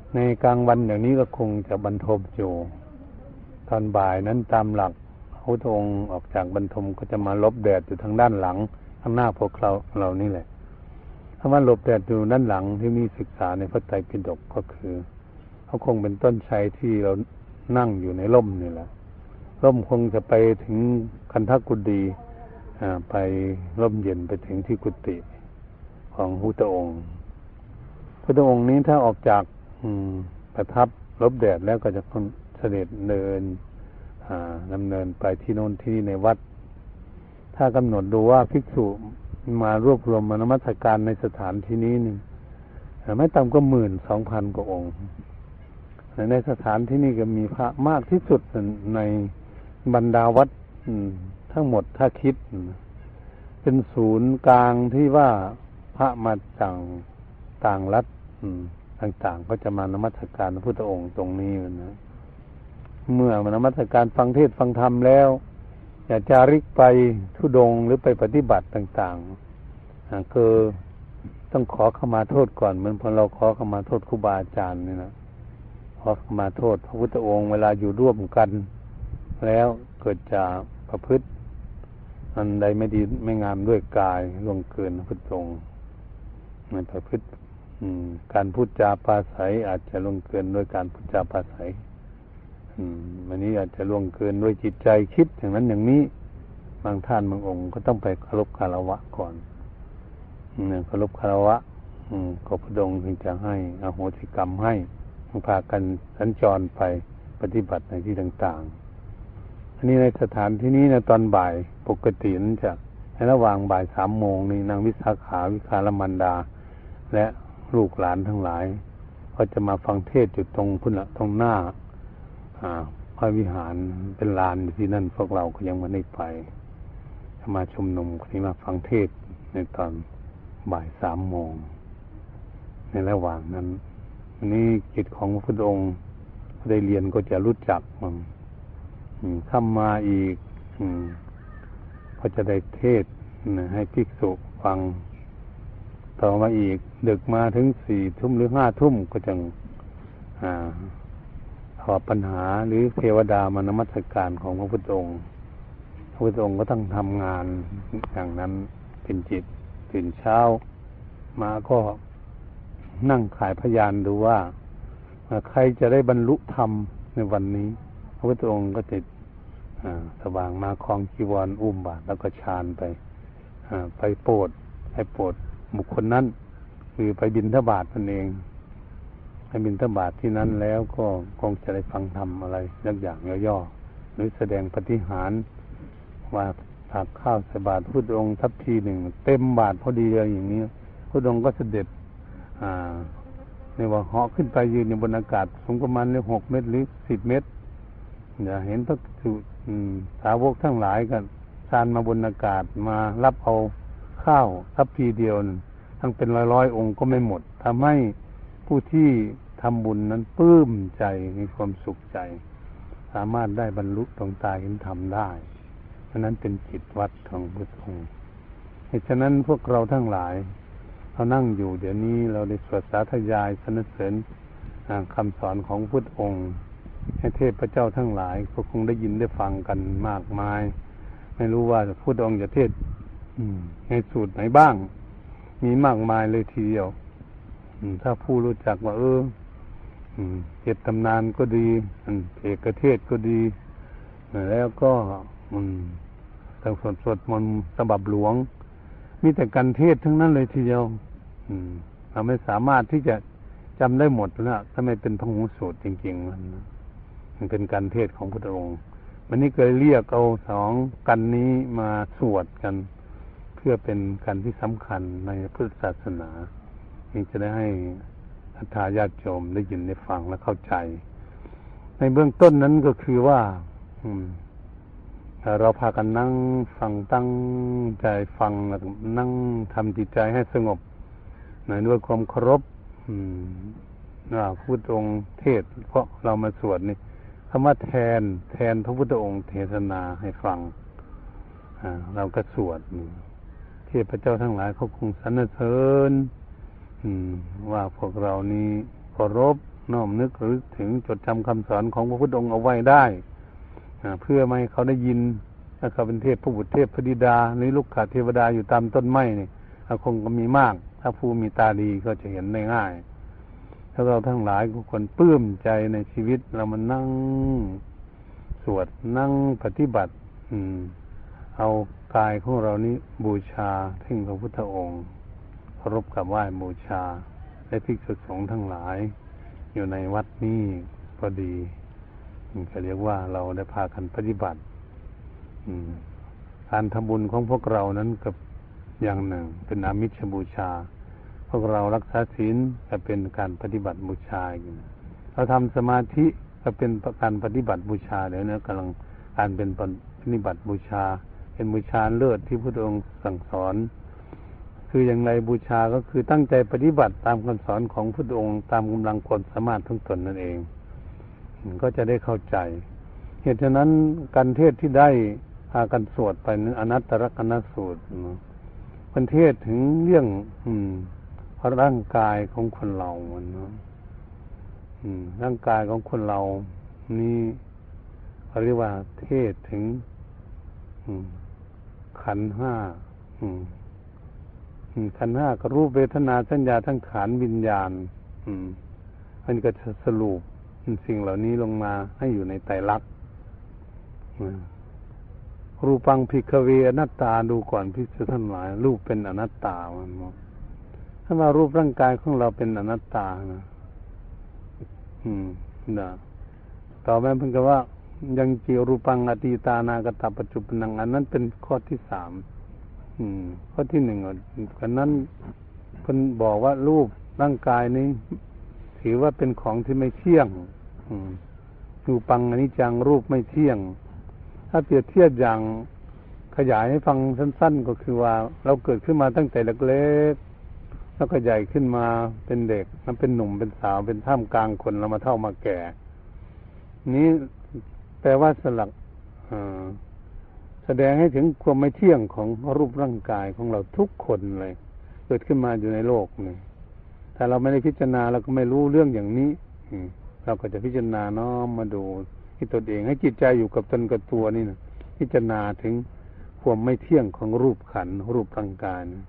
ในกลางวันอย่างนี้ก็คงจะบรรทมอยู่ตอนบ่ายนั้นตามหลักพระพุทธองค์ออกจากบรรทมก็จะมาลบแดดอยู่ทางด้านหลังข้างหน้าพวกเราเรานี่แหละถ้าว่าหลบแดดอยู่ด้านหลังที่มีศึกษาในพระไตรปิฎกก็คือเขาคงเป็นต้นไทรที่เรานั่งอยู่ในร่มนี่แหละร่มคงจะไปถึงคันธกุฎีไปร่มเย็นไปถึงที่กุฏิของพระพุทธองค์พระพุทธองค์นี้ถ้าออกจากประทับลบแดดแล้วก็จะเสด็จเดินดำเนินไปที่โน่นที่นี่ในวัดถ้ากำหนดดูว่าภิกษุมารวบรวมมานมัสการในสถานที่นี้นี่ไม่ต่ำก็หมื่นสองพันกว่าองค์ในสถานที่นี้ก็มีพระมากที่สุดในบรรดาวัดทั้งหมดถ้าคิดเป็นศูนย์กลางที่ว่าพระมาจากต่างรัฐต่างๆก็จะมานมัสการพระพุทธองค์ตรงนี้นะเมื่อมานมัสการฟังเทศน์ฟังธรรมแล้วอย่าจาริกไปธุดงค์หรือไปปฏิบัติต่างๆคือต้องขอขมาโทษก่อนเหมือนพอเราขอขมาโทษครูบาอาจารย์นี่นะขอขมาโทษพระพุทธองค์เวลาอยู่ร่วมกันแล้วเกิดจะประพฤติอันใดไม่ดีไม่งามด้วยกายล่วงเกินพระพุทธองค์มันประพฤติการพูดจาปราศัยอาจจะล่วงเกินด้วยการพูดจาปราศัยอันนี้อาจจะล่วงเกินด้วยจิตใจคิดอย่างนั้นอย่างนี้บางท่านบางองค์ก็ต้องไปเคารพคารวะก่อนเคารพคารวะก็พระองค์ถึงจะให้อโหสิกรรมให้พากันสัญจรไปปฏิบัติในที่ต่างๆอันนี้ในสถานที่นี้นะตอนบ่ายปกตินั้นจะในระหว่างบ่ายสามโมงนี่นางวิสาขาวิคารมันดาและลูกหลานทั้งหลายก็จะมาฟังเทศน์อยู่ตรงพุ่นละตรงหน้าพระวิหารเป็นลานอยู่ที่นั่นพวกเราก็ยังไม่ได้ไปมาชุมนุมที่มาฟังเทศน์ในตอนบ่ายสามโมงในระหว่างนั้นอันนี้กิจของพระพุทธองค์ได้เรียนก็จะรู้จักมันข้ามมาอีกก็จะได้เทศน์ให้ภิกษุฟังต่อมาอีกดึกมาถึงสี่ทุ่มหรือห้าทุ่มก็จะตอบปัญหาหรือเทวดามานมัสการของพระพุทธองค์พระพุทธองค์ก็ต้องทำงานอย่างนั้นเป็นจิตตื่นเช้ามาก็นั่งขายพยานดูว่าใครจะได้บรรลุธรรมในวันนี้พระพุทธองค์ก็จะสว่างมาคล้องจีวรอุ้มบาตรแล้วก็ฌานไปไปโปรดให้โปรดบุคคลนั้นคือไปบิณฑบาตนั่นเองไปบิณฑบาตที่นั้นแล้วก็คงจะได้ฟังธรรมอะไรสักอย่างย่อๆหรือแสดงปฏิหารว่าตักข้าวใส่บาตรพุทธองค์ทัพทีหนึ่งเต็มบาตรพอดีเลยอย่างนี้พุทธองค์ก็เสด็จในว่าเหาะขึ้นไปยืนอยู่บนอากาศสูงประมาณหกเมตรหรือสิบเมตรอย่าเห็นพระสาวกทั้งหลายกันซานมาบนอากาศมารับเอาข้าวทัพพีเดียวทั้งเป็นร้อยๆองค์ก็ไม่หมดทำให้ผู้ที่ทำบุญนั้นปลื้มใจมีความสุขใจสามารถได้บรรลุดวงตาเห็นธรรมได้เพราะนั้นเป็นจิตวัดของพุทธองค์เหตุฉะนั้นพวกเราทั้งหลายเรานั่งอยู่เดี๋ยวนี้เราได้สวดสาธยายสรรเสริญคำสอนของพุทธองค์ให้เทพเจ้าทั้งหลายก็คงได้ยินได้ฟังกันมากมายไม่รู้ว่าพุทธองค์จะเทศในสูตรไหนบ้างมีมากมายเลยทีเดียวถ้าผู้รู้จักว่าเออเจ็ดตำนานก็ดีเอกเทศก็ดีแล้วก็ตั้งสวดสวดมนต์ฉบับหลวงมีแต่การเทศทั้งนั้นเลยทีเดียวเราไม่สามารถที่จะจำได้หมดแล้วถ้าไม่เป็นพหูสูตรจริงๆมันมันเป็นการเทศของพระองค์วันนี้เคยเรียกเอาสองกันนี้มาสวดกันเพื่อเป็นกันที่สำคัญในพุทธศาสนานี่จะได้ให้ศรัทธาญาติโยมได้ยินได้ฟังและเข้าใจในเบื้องต้นนั้นก็คือว่าเราพากันนั่งฟังตั้งใจฟังแล้วนั่งทำจิตใจให้สงบด้วยความเคารพว่าพุทธองค์เทศเพราะเรามาสวดนี่คำว่าแทนแทนพระพุทธองค์เทศนาให้ฟังเราก็สวดเทพเจ้าทั้งหลายเขาคงสรรเสริญว่าพวกเรานี้เคารพน้อมนึกหรือถึงจดจำคำสอนของพระพุทธองค์เอาไว้ได้เพื่อไม่ให้เขาได้ยินถ้าเขาเป็นเทพผู้บุตรเทพพธิดาหรือลูกขเทวดาอยู่ตามต้นไม้นี่คงก็มีมากถ้าผู้มีตาดีก็จะเห็นได้ง่ายถ้าเราทั้งหลายทุกคนปลื้มใจในชีวิตเรามันนั่งสวดนั่งปฏิบัติอืมเอากายของเรานี้บูชาถึงพระพุทธองค์เคารพกับไหว้บูชาและภิกษุสงฆ์ทั้งหลายอยู่ในวัดนี้พอดีก็เรียกว่าเราได้พากันปฏิบัติการทำบุญของพวกเรานั้นกับอย่างหนึ่งเป็นอามิสบูชาพวกเรารักษาศีลก็เป็นการปฏิบัติบูชาเราทำสมาธิก็เป็นการปฏิบัติบูชาเดี๋ยวนี้กำลังการเป็นปฏิบัติบูชาเป็นบูชาเลิศที่พระพุทธองค์สั่งสอนคืออย่างไรบูชาก็คือตั้งใจปฏิบัติตามคำสอนของพระพุทธองค์ตามกำลังความสามารถทั้งตนนั่นเองก็จะได้เข้าใจเหตุฉะนั้นการเทศที่ได้พากันสวดไปนั้นอนัตตลักษณสูตรมันเทศถึงเรื่องอืมร่างกายของคนเรามันเนาะร่างกายของคนเรานี่เขาเรียกว่าเทศถึงขันธ์ห้าขันธ์ห้าก็รูปเวทนาสัญญาทั้งขานวิญญาณมันก็จะสรุปสิ่งเหล่านี้ลงมาให้อยู่ในไตรลักษณ์รูปังภิกขเวอนัตตาดูก่อนภิกษุทั้งหลายรูปเป็นอนัตตามันถ้าว่ารูปร่างกายของเราเป็นอนัตตานะอืมนะต่อไปเพิ่งก็ว่ายังจีรูปังอตีตานากตปัจจุบันอันนั้นเป็นข้อที่สามอืมข้อที่หนึ่งอันนั้นเพิ่นบอกว่ารูปร่างกายนี้ถือว่าเป็นของที่ไม่เที่ยงอืมรูปังอนิจจังรูปไม่เที่ยงถ้าเปรียบเทียบอย่างขยายให้ฟังสั้นๆก็คือว่าเราเกิดขึ้นมาตั้งแต่เล็กๆแล้วก็ใหญ่ขึ้นมาเป็นเด็กแล้วเป็นหนุ่มเป็นสาวเป็นท่ามกลางคนเรามาเฒ่ามาแก่นี้แปลว่าสลักแสดงให้ถึงความไม่เที่ยงของรูปร่างกายของเราทุกคนเลยเกิดขึ้นมาอยู่ในโลกนี่ถ้าเราไม่ได้พิจารณาเราก็ไม่รู้เรื่องอย่างนี้เราก็จะพิจารณาน้อมมาดูที่ตนเองให้จิตใจอยู่กับตนกับตัวนี่นะพิจารณาถึงความไม่เที่ยงของรูปขันธ์รูปร่างกายนะ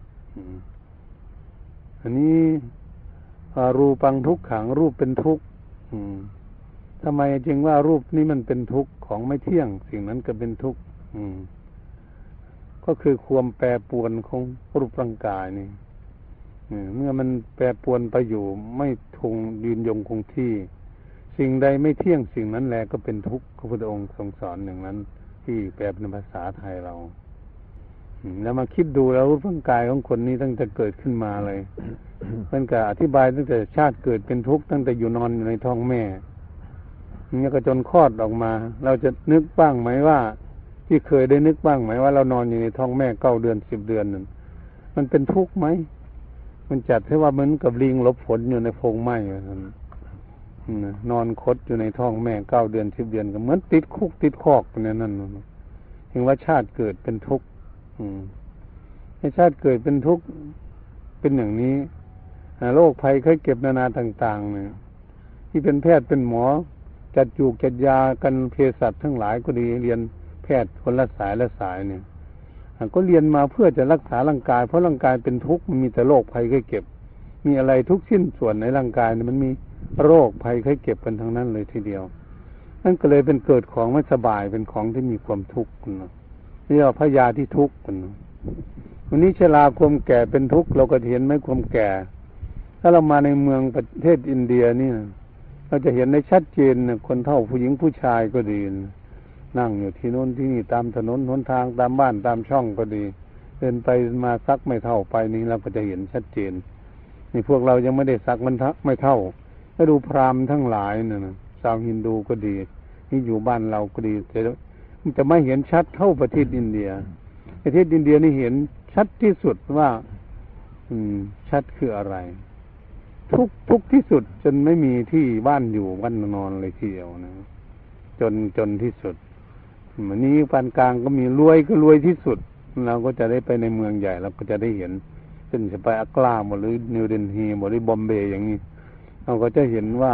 อันนี้รูปังทุกขังรูปเป็นทุกข์ทำไมจึงว่ารูปนี้มันเป็นทุกข์ของไม่เที่ยงสิ่งนั้นก็เป็นทุกข์ก็คือความแปรปรวนของรูปร่างกายนี่เมื่อมันแปรปรวนไปอยู่ไม่คงยืนยงคงที่สิ่งใดไม่เที่ยงสิ่งนั้นแหละก็เป็นทุกข์พระพุทธองค์ทรงสอนอย่างนั้นที่แปลเป็นภาษาไทยเราแล้วมาคิดดูแล้วรูปร่างกายของคนนี้ตั้งแต่เกิดขึ้นมาเลยมันก็อธิบายตั้งแต่ชาติเกิดเป็นทุกข์ตั้งแต่อยู่นอนอยู่ในท้องแม่นี่ก็จนคลอดออกมาเราจะนึกบ้างไหมว่าที่เคยได้นึกบ้างไหมว่าเรานอนอยู่ในท้องแม่เก้าเดือนสิบเดือนนั่นมันเป็นทุกข์ไหมมันจัดให้ว่าเหมือนกับลิงหลบฝนอยู่ในโพรงไม้นอนคดอยู่ในท้องแม่เก้าเดือนสิบเดือนก็เหมือนติดคุกติดคอกนั่นนั่นเห็นว่าชาติเกิดเป็นทุกข์ให้ชาติเกิดเป็นทุกข์เป็นอย่างนี้โรคภัยไข้เจ็บนานาต่างๆเนี่ยที่เป็นแพทย์เป็นหมอจัดจูกจัดยากันเภสัชทั้งหลายก็ดีเรียนแพทย์คนละสายละสายเนี่ยก็เรียนมาเพื่อจะรักษาร่างกายเพราะร่างกายเป็นทุกข์มันมีแต่โรคภัยไข้เจ็บมีอะไรทุกชิ้นส่วนในร่างกายเนี่ยมันมีโรคภัยไข้เจ็บกันทั้งนั้นเลยทีเดียวนั่นก็เลยเป็นเกิดของไม่สบายเป็นของที่มีความทุกข์นะเรียกว่าพยาธิทุกข์นะวันนี้ชราความแก่เป็นทุกข์เราก็เห็นไหมความแก่ถ้าเรามาในเมืองประเทศอินเดียนี่นะเราจะเห็นได้ชัดเจนนะคนเฒ่าผู้หญิงผู้ชายก็ดีนะนั่งอยู่ที่โน้นที่นี่ตามถนนหนทางตามบ้านตามช่องก็ดีเดินไปมาซักไม่เท่าไปนี่เราก็จะเห็นชัดเจนนี่พวกเรายังไม่ได้ซักมันไม่เท่าถ้าดูพราหมณ์ทั้งหลายนะนะชาวฮินดูก็ดีนี่อยู่บ้านเราก็ดีแต่มันจะไม่เห็นชัดเท่าประเทศอินเดียประเทศอินเดียนี่เห็นชัดที่สุดว่า อืมชัดคืออะไรทุกทุกที่สุดจนไม่มีที่บ้านอยู่บ้านนอนเลยทีเดียวนะจนจนที่สุดเหมือนนี้ปานกลางก็มีรวยก็รวยที่สุดเราก็จะได้ไปในเมืองใหญ่เราก็จะได้เห็นเช่นจะไปอักลาหรือนิวเดลฮีหรือ บอมเบย์อย่างนี้เราก็จะเห็นว่า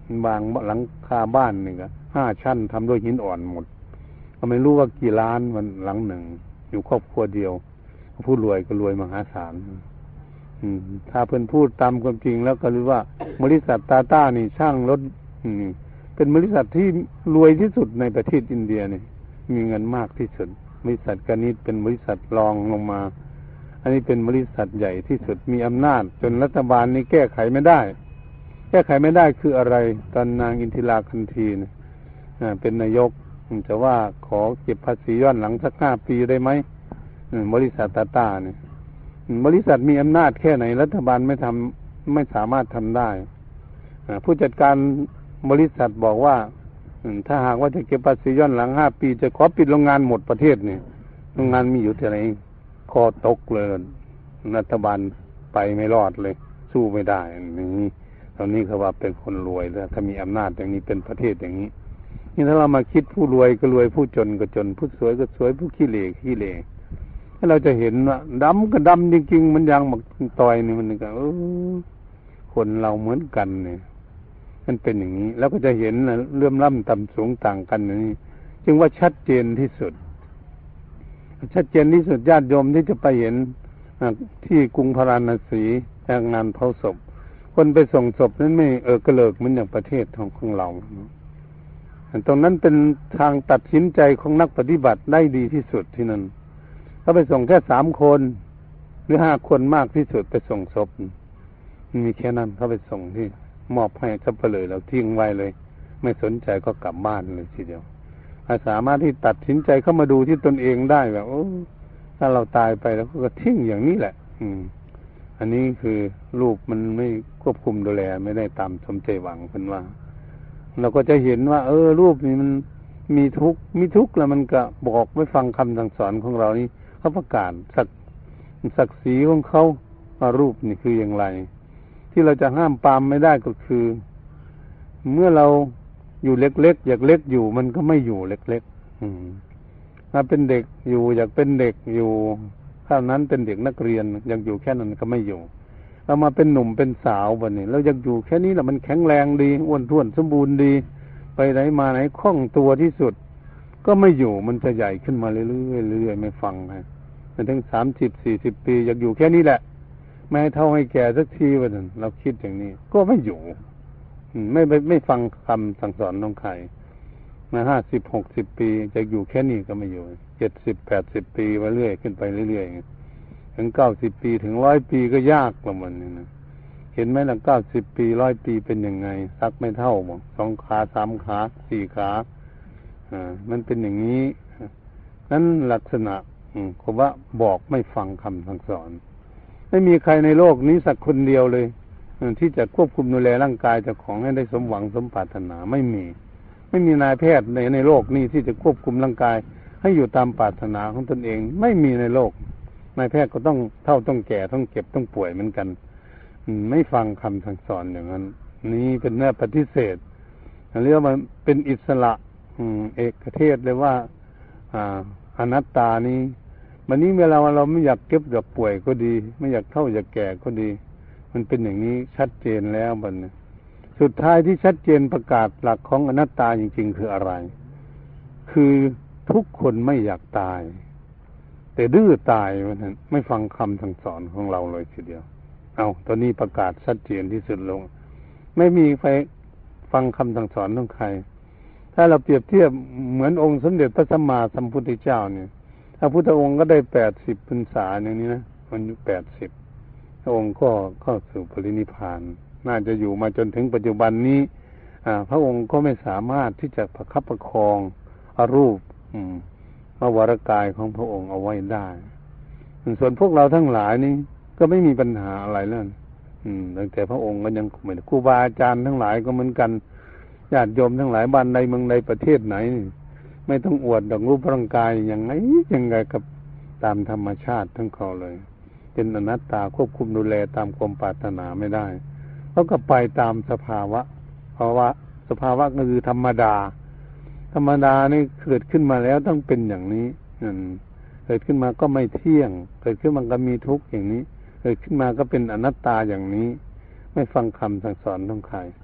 บางหลังคาบ้านหนึ่งห้าชั้นทำด้วยหินอ่อนหมดก็ไม่รู้ว่ากี่ล้านมันหลังหนึ่งอยู่ครอบครัวเดียวผู้รวยก็รวยมหาศาลถ้าเพิ่นพูดตามความจริงแล้วก็รู้ว่าบริษัทตาต้านี่ช่างรถเป็นบริษัทที่รวยที่สุดในประเทศอินเดียนี่มีเงินมากที่สุดบริษัทกานิชเป็นบริษัทรองลงมาอันนี้เป็นบริษัทใหญ่ที่สุดมีอำนาจจนรัฐบาลนี้แก้ไขไม่ได้แก้ไขไม่ได้คืออะไรตอนนางอินทิราคันธีนะเป็นนายกจะว่าขอเก็บภาษีย้อนหลังสักห้าปีได้ไหมบริษัทตาต้าเนี่ยบริษัทมีอำนาจแค่ไหนรัฐบาลไม่ทำไม่สามารถทำได้ผู้จัดการบริษัทบอกว่าถ้าหากว่าจะเก็บภาษีย้อนหลังห้าปีจะขอปิดโรงงานหมดประเทศเนี่ยโรงงานมีอยู่ที่ไหนคอตกเลยรัฐบาลไปไม่รอดเลยสู้ไม่ได้นี่ตอนนี้เขาว่าเป็นคนรวยแล้วถ้ามีอำนาจอย่างนี้เป็นประเทศอย่างนี้นี่ถ้าเรามาคิดผู้รวยก็รวยผู้จนก็จนผู้สวยก็สวยผู้ขี้เหร่ขี้เหร่ถ้าเราจะเห็นว่าดำก็ดำจริงๆมันยังหมักตอยนี่มันก็เออคนเราเหมือนกันเนี่ยมันเป็นอย่างนี้แล้วก็จะเห็นนะเลื่อมล้ำต่ำสูงต่างกันอย่างนี้จึงว่าชัดเจนที่สุดชัดเจนที่สุดญาติโยมที่จะไปเห็นที่กรุงพาราณสีงานเผาศพคนไปส่งศพนั้นไม่เออกระเลิกเหมือนอย่างประเทศของของเราตรงนั้นเป็นทางตัดสินใจของนักปฏิบัติได้ดีที่สุดที่นั่นเขาไปส่งแค่สามคนหรือห้าคนมากที่สุดไปส่งศพมีแค่นั้นเขาไปส่งที่มอบให้สับเปลือยแล้วทิ้งไว้เลยไม่สนใจก็กลับบ้านเลยทีเดียวสามารถที่ตัดสินใจเข้ามาดูที่ตนเองได้แบบโอ้ถ้าเราตายไปแล้วก็ทิ้งอย่างนี้แหละอืมอันนี้คือรูปมันไม่ควบคุมดูแลไม่ได้ตามสมใจหวังเพิ่นว่าเราก็จะเห็นว่าเออรูปนี้มันมีทุกข์มีทุกข์แล้วมันก็บอกไม่ฟังคำสั่งสอนของเรานี่เขาประกาศศักศักดิ์ศรีของเขาว่ารูปนี่คืออย่างไรที่เราจะห้ามปรามไม่ได้ก็คือเมื่อเราอยู่เล็กๆอยากเล็กอยู่มันก็ไม่อยู่เล็กๆอืมถ้าเป็นเด็กอยู่อยากเป็นเด็กอยู่เท่านั้นเป็นเด็กนักเรียนอยากอยู่แค่นั้นก็ไม่อยู่เรามาเป็นหนุ่มเป็นสาวบัดนี้เราอยากอยู่แค่นี้แหละมันแข็งแรงดีอ้วนท้วนสมบูรณ์ดีไปไหนมาไหนคล่องตัวที่สุดก็ไม่อยู่มันจะใหญ่ขึ้นมาเรื่อยๆเรื่อยๆไม่ฟังนะจนถึงสามสิบสี่สิบปีอยากอยู่แค่นี้แหละไม่ให้เท่าให้แก่สักทีว่าเราคิดอย่างนี้ก็ไม่อยู่ไม่ไม่ไม่ฟังคำสั่งสอนของใครมาห้าสิบหกสิบปีจะอยู่แค่นี้ก็ไม่อยู่เจ็ดสิบแปดสิบปีไปเรื่อยขึ้นไปเรื่อยๆถึงเก้าสิบปีถึงร้อยปีก็ยากละมันนี่นะเห็นไหมล่ะเก้าสิบปีร้อยปีเป็นยังไงซักไม่เท่าบอกสองขาสามขาสี่ขาอ่ามันเป็นอย่างนี้นั้นลักษณะผมว่าบอกไม่ฟังคำสั่งสอนไม่มีใครในโลกนี้สักคนเดียวเลยที่จะควบคุมดูแลร่างกายเจ้าของให้ได้สมหวังสมปรารถนาไม่มีไม่มีนายแพทย์ในในโลกนี้ที่จะควบคุมร่างกายให้อยู่ตามปรารถนาของตนเองไม่มีในโลกนายแพทย์ก็ต้องเฒ่าต้องแก่ต้องเจ็บต้องป่วยเหมือนกันไม่ฟังคำสั่งสอนอย่างนั้นนี้เป็นเนื้อปฏิเสธเรียกว่ามันเป็นอิสระเอกเทศเลยว่าอ่าอนัตตานี้วันนี้เวลาเราไม่อยากเก็บอยากป่วยก็ดีไม่อยากเฒ่าอยากแก่ก็ดีมันเป็นอย่างนี้ชัดเจนแล้วบัดนี้สุดท้ายที่ชัดเจนประกาศหลักของอนัตตาจริงๆคืออะไรคือทุกคนไม่อยากตายแต่ดื้อตายมันไม่ฟังคำสั่งสอนของเราเลยทีเดียวเอาตอนนี้ประกาศชัดเจนที่สุดลงไม่มีใครฟังคำสั่งสอนของใครถ้าเราเปรียบเทียบเหมือนองค์สมเด็จพระสัมมาสัมพุทธเจ้าเนี่ยพระพุทธองค์ก็ได้แปดสิบพรรษาอย่างนี้นะอายุแปดสิบพระองค์ก็เข้าสู่ปรินิพพานน่าจะอยู่มาจนถึงปัจจุบันนี้พระองค์ก็ไม่สามารถที่จะประคับประคองอรูปมวรกายของพระองค์เอาไว้ได้ส่วนพวกเราทั้งหลายนี่ก็ไม่มีปัญหาอะไรแล้วตั้งแต่พระองค์ก็ยังเหมือนครูบาอาจารย์ทั้งหลายก็เหมือนกันญาติโยมทั้งหลายบ้านใดเมืองใดประเทศไหนไม่ต้องอวดดอกรูปร่างกายอย่างไงยังไงกับตามธรรมชาติทั้งเขาเลยเป็นอนัตตาควบคุมดูแลตามความปรารถนาไม่ได้แล้วก็ไปตามสภาวะเพราะว่าสภาวะก็คือธรรมดาธรรมดานี่เกิดขึ้นมาแล้วต้องเป็นอย่างนี้เกิดขึ้นมาก็ไม่เที่ยงเกิดขึ้นมาก็มีทุกข์อย่างนี้เกิดขึ้นมาก็เป็นอนัตตาอย่างนี้ไม่ฟังคำสั่งสอนของใคร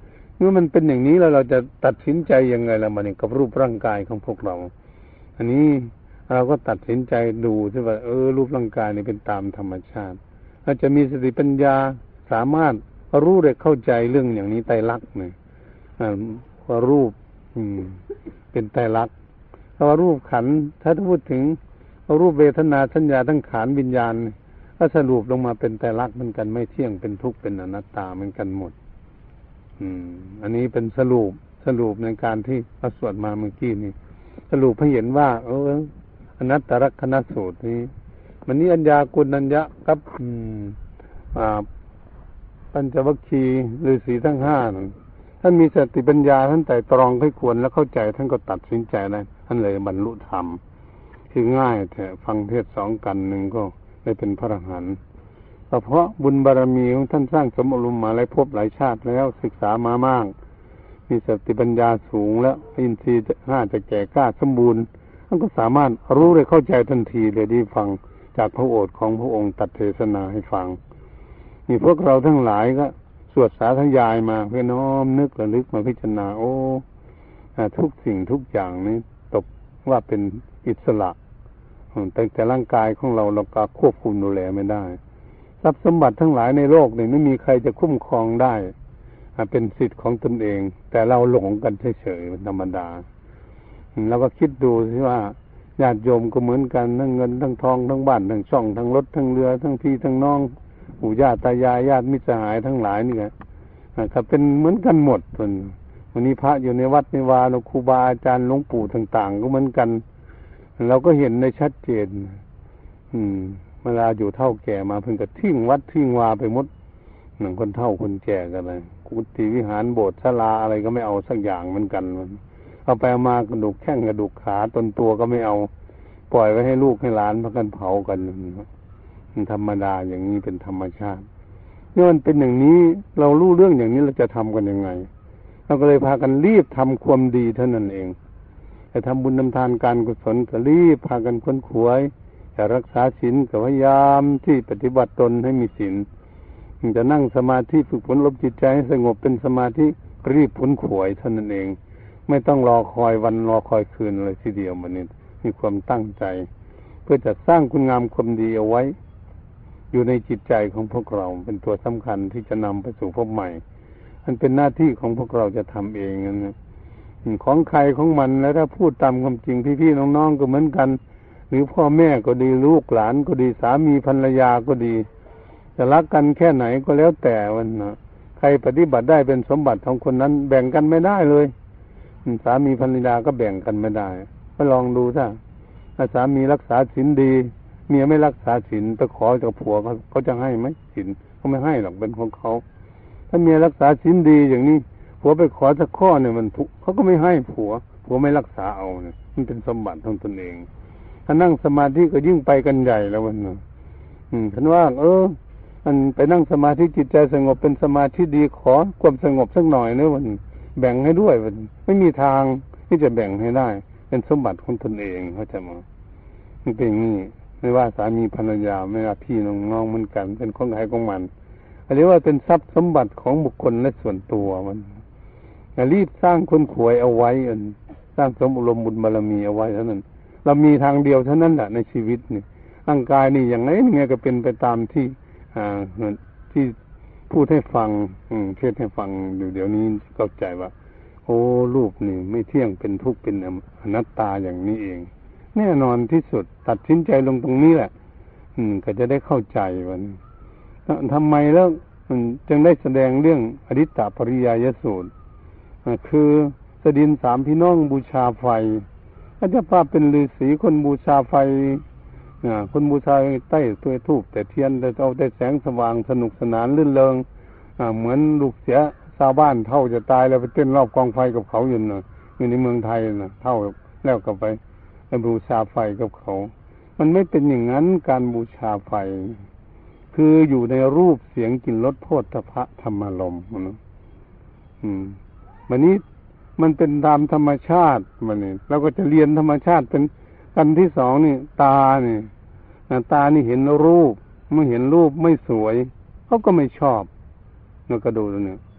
มื่อมันเป็นอย่างนี้แล้วเราจะตัดสินใจยังไงล่ะมันกับรูปร่างกายของพวกเรา อันนี้เราก็ตัดสินใจดูใช่ว่าเออรูปร่างกายนี่เป็นตามธรรมชาติเราจะมีสติปัญญาสามารถรู้ได้เข้าใจเรื่องอย่างนี้ไตรลักษณ์เนี่ยว่ารูปอืมเป็นไตรลักษณ์เพราะว่ารูปขันธ์ถ้าพูดถึงรูปเวทนาสัญญาทั้งขันธ์วิญญาณก็สรุปลงมาเป็นไตรลักษณ์เหมือนกันไม่เที่ยงเป็นทุกข์เป็นอนัตตาเหมือนกันหมดอืมอันนี้เป็นสรุปสรุปในการที่เราสวดมาเมื่อกี้นี่สรุปให้เห็นว่าเอออนัตตลักษณสูตรนี้มันนี้อัญญากุณัญญะกับอืมอ่าปัญจวัคคีย์ฤาษีทั้งห้านั่นท่านมีสติปัญญาท่านไต่ตรองให้ควรแล้วเข้าใจท่านก็ตัดสินใจได้ท่านเลยบรรลุธรรมคือง่ายแต่ฟังเทศสองกันหนึ่งก็ได้เป็นพระอรหันต์เพราะบุญบารมีของท่านสร้างสมอารมณ์มาหลายภพหลายชาติแล้วศึกษามามากมีสติปัญญาสูงแล้วอินทรีย์ห้าจะแก่กล้าสมบูรณ์ท่านก็สามารถรู้เลยเข้าใจทันทีเลยที่ฟังจากพระโอษฐ์ของพระองค์ตัดเทศนาให้ฟังนี่พวกเราทั้งหลายก็สวดสาธยายมาเพื่อน้อมนึกระลึกมาพิจารณาโอ้ทุกสิ่งทุกอย่างนี้ตกว่าเป็นอิสระแต่แต่ร่างกายของเราเราก็ควบคุมดูแลไม่ได้ทรัพย์สมบัติทั้งหลายในโลกนี่ไม่มีใครจะคุ้มครองได้เป็นสิทธิ์ของตนเองแต่เราหลงกันเฉยๆเป็นธรรมดาเราก็คิดดูสิว่าญาติโยมก็เหมือนกันทั้งเงินทั้งทองทั้งบ้านทั้งช่องทั้งรถทั้งเรือทั้งพี่ทั้งน้องปู่ย่าตายายญาติมิตรสหายทั้งหลายนี่แหละครับเป็นเหมือนกันหมดส่วนวันนี้พระอยู่ในวัดในวาครูบาอาจารย์หลวงปู่ต่างๆก็เหมือนกันเราก็เห็นในชัดเจนอืมเวลาอยู่เท่าแก่มาเพิ่งก็ทิ้งวัดทิ้งวาไปหมดหนังคนเท่าคนแก่กันเลยกุฏิวิหารโบสถ์ศาลาอะไรก็ไม่เอาสักอย่างเหมือนกันเอาไปมากระดูกแข้งกระดูกขาตนตัวก็ไม่เอาปล่อยไว้ให้ลูกให้หลานพากันเผากันมันธรรมดาอย่างนี้เป็นธรรมชาตินี่มันเป็นอย่างนี้เรารู้เรื่องอย่างนี้เราจะทำกันยังไงเราก็เลยพากันรีบทำความดีเท่านั้นเองแต่ทำบุญทำทานการกุศลก็รีบพากันค้นขวยจะรักษาศีลก็พยายามที่ปฏิบัติตนให้มีศีลจะนั่งสมาธิฝึกฝนลบจิตใจให้สงบเป็นสมาธิรีบค้นขวยเท่านั้นเองไม่ต้องรอคอยวันรอคอยคืนเลยทีเดียวมันนี่มีความตั้งใจเพื่อจะสร้างคุณงามความดีเอาไว้อยู่ในจิตใจของพวกเราเป็นตัวสำคัญที่จะนำไปสู่ภพใหม่มันเป็นหน้าที่ของพวกเราจะทำเองนะของใครของมันแล้วถ้าพูดตามความจริงพี่ๆน้องๆก็เหมือนกันหรือพ่อแม่ก็ดีลูกหลานก็ดีสามีภรรยาก็ดีจะรักกันแค่ไหนก็แล้วแต่วันนะใครปฏิบัติได้เป็นสมบัติของคนนั้นแบ่งกันไม่ได้เลยสามีภรรยาก็แบ่งกันไม่ได้ก็ลองดูถ้าถ้าสามีรักษาศีลดีเมียไม่รักษาศีลไปขอจากผัวเขาเขาจะให้ไหมศีลเขาไม่ให้หรอกเป็นของเขาถ้าเมียรักษาศีลดีอย่างนี้ผัวไปขอสักข้อเนี่ยมันเขาก็ไม่ให้ผัวผัวไม่รักษาเอาเนี่ยมันเป็นสมบัติของตนเองถ้านั่งสมาธิก็ยิ่งไปกันใหญ่แล้ววันนึงอืมฉันว่าเออมันไปนั่งสมาธิจิตใจสงบเป็นสมาธิดีขอความสงบสักหน่อยเนอะวันแบ่งให้ด้วยวันไม่มีทางที่จะแบ่งให้ได้เป็นสมบัติของตนเองเข้าใจมั้ยมันเป็นอย่างนี้ไม่ว่าสามีภรรยาไม่ว่าพี่น้องๆเหมือนกันเป็นของใครของมันเรียกว่าเป็นทรัพย์สมบัติของบุคคลและส่วนตัวมันรีบสร้างคนขวยเอาไว้สร้างสมอารมณ์บุญบารมีเอาไว้เท่านั้นเรามีทางเดียวเท่านั้นแหละในชีวิตนี่ร่างกายนี่อย่างไรยังไงก็เป็นไปตามที่อ่าที่พูดให้ฟังอืมเทศให้ฟังอยู่เดี๋ยวนี้เข้าใจว่าโอ้รูปนี่ไม่เที่ยงเป็นทุกข์เป็นอนัตตาอย่างนี้เองแน่นอนที่สุดตัดสินใจลงตรงนี้แหละอืมก็จะได้เข้าใจวันทำไมแล้วจึงได้แสดงเรื่องอริตตปริยายสูตรคือสดินสามพี่น้องบูชาไฟอาจจะป้าเป็นฤาษีคนบูชาไฟคนบูชาใต้ตัวทูบแต่เทียนแต่เอาแต่แสงสว่างสนุกสนานลื่นเริงเหมือนลูกเสือชาวบ้านเท่าจะตายแล้วไปเต้นรอบกองไฟกับเขาอยู่นะอยู่ในเมืองไทยนะเท่าแล้วก็ไปบูชาไฟกับเขามันไม่เป็นอย่างนั้นการบูชาไฟคืออยู่ในรูปเสียงกลิ่นรสโผฏฐัพพะธรรมารมณ์นะอืมวันนี้มันเป็นตามธรรมชาติมันนี่เราก็จะเรียนธรรมชาติเป็นกันที่สองนี่ตานี่ตานี่เห็นรูปเมื่อเห็นรูปไม่สวยเขาก็ไม่ชอบเราก็ดูตรงนี้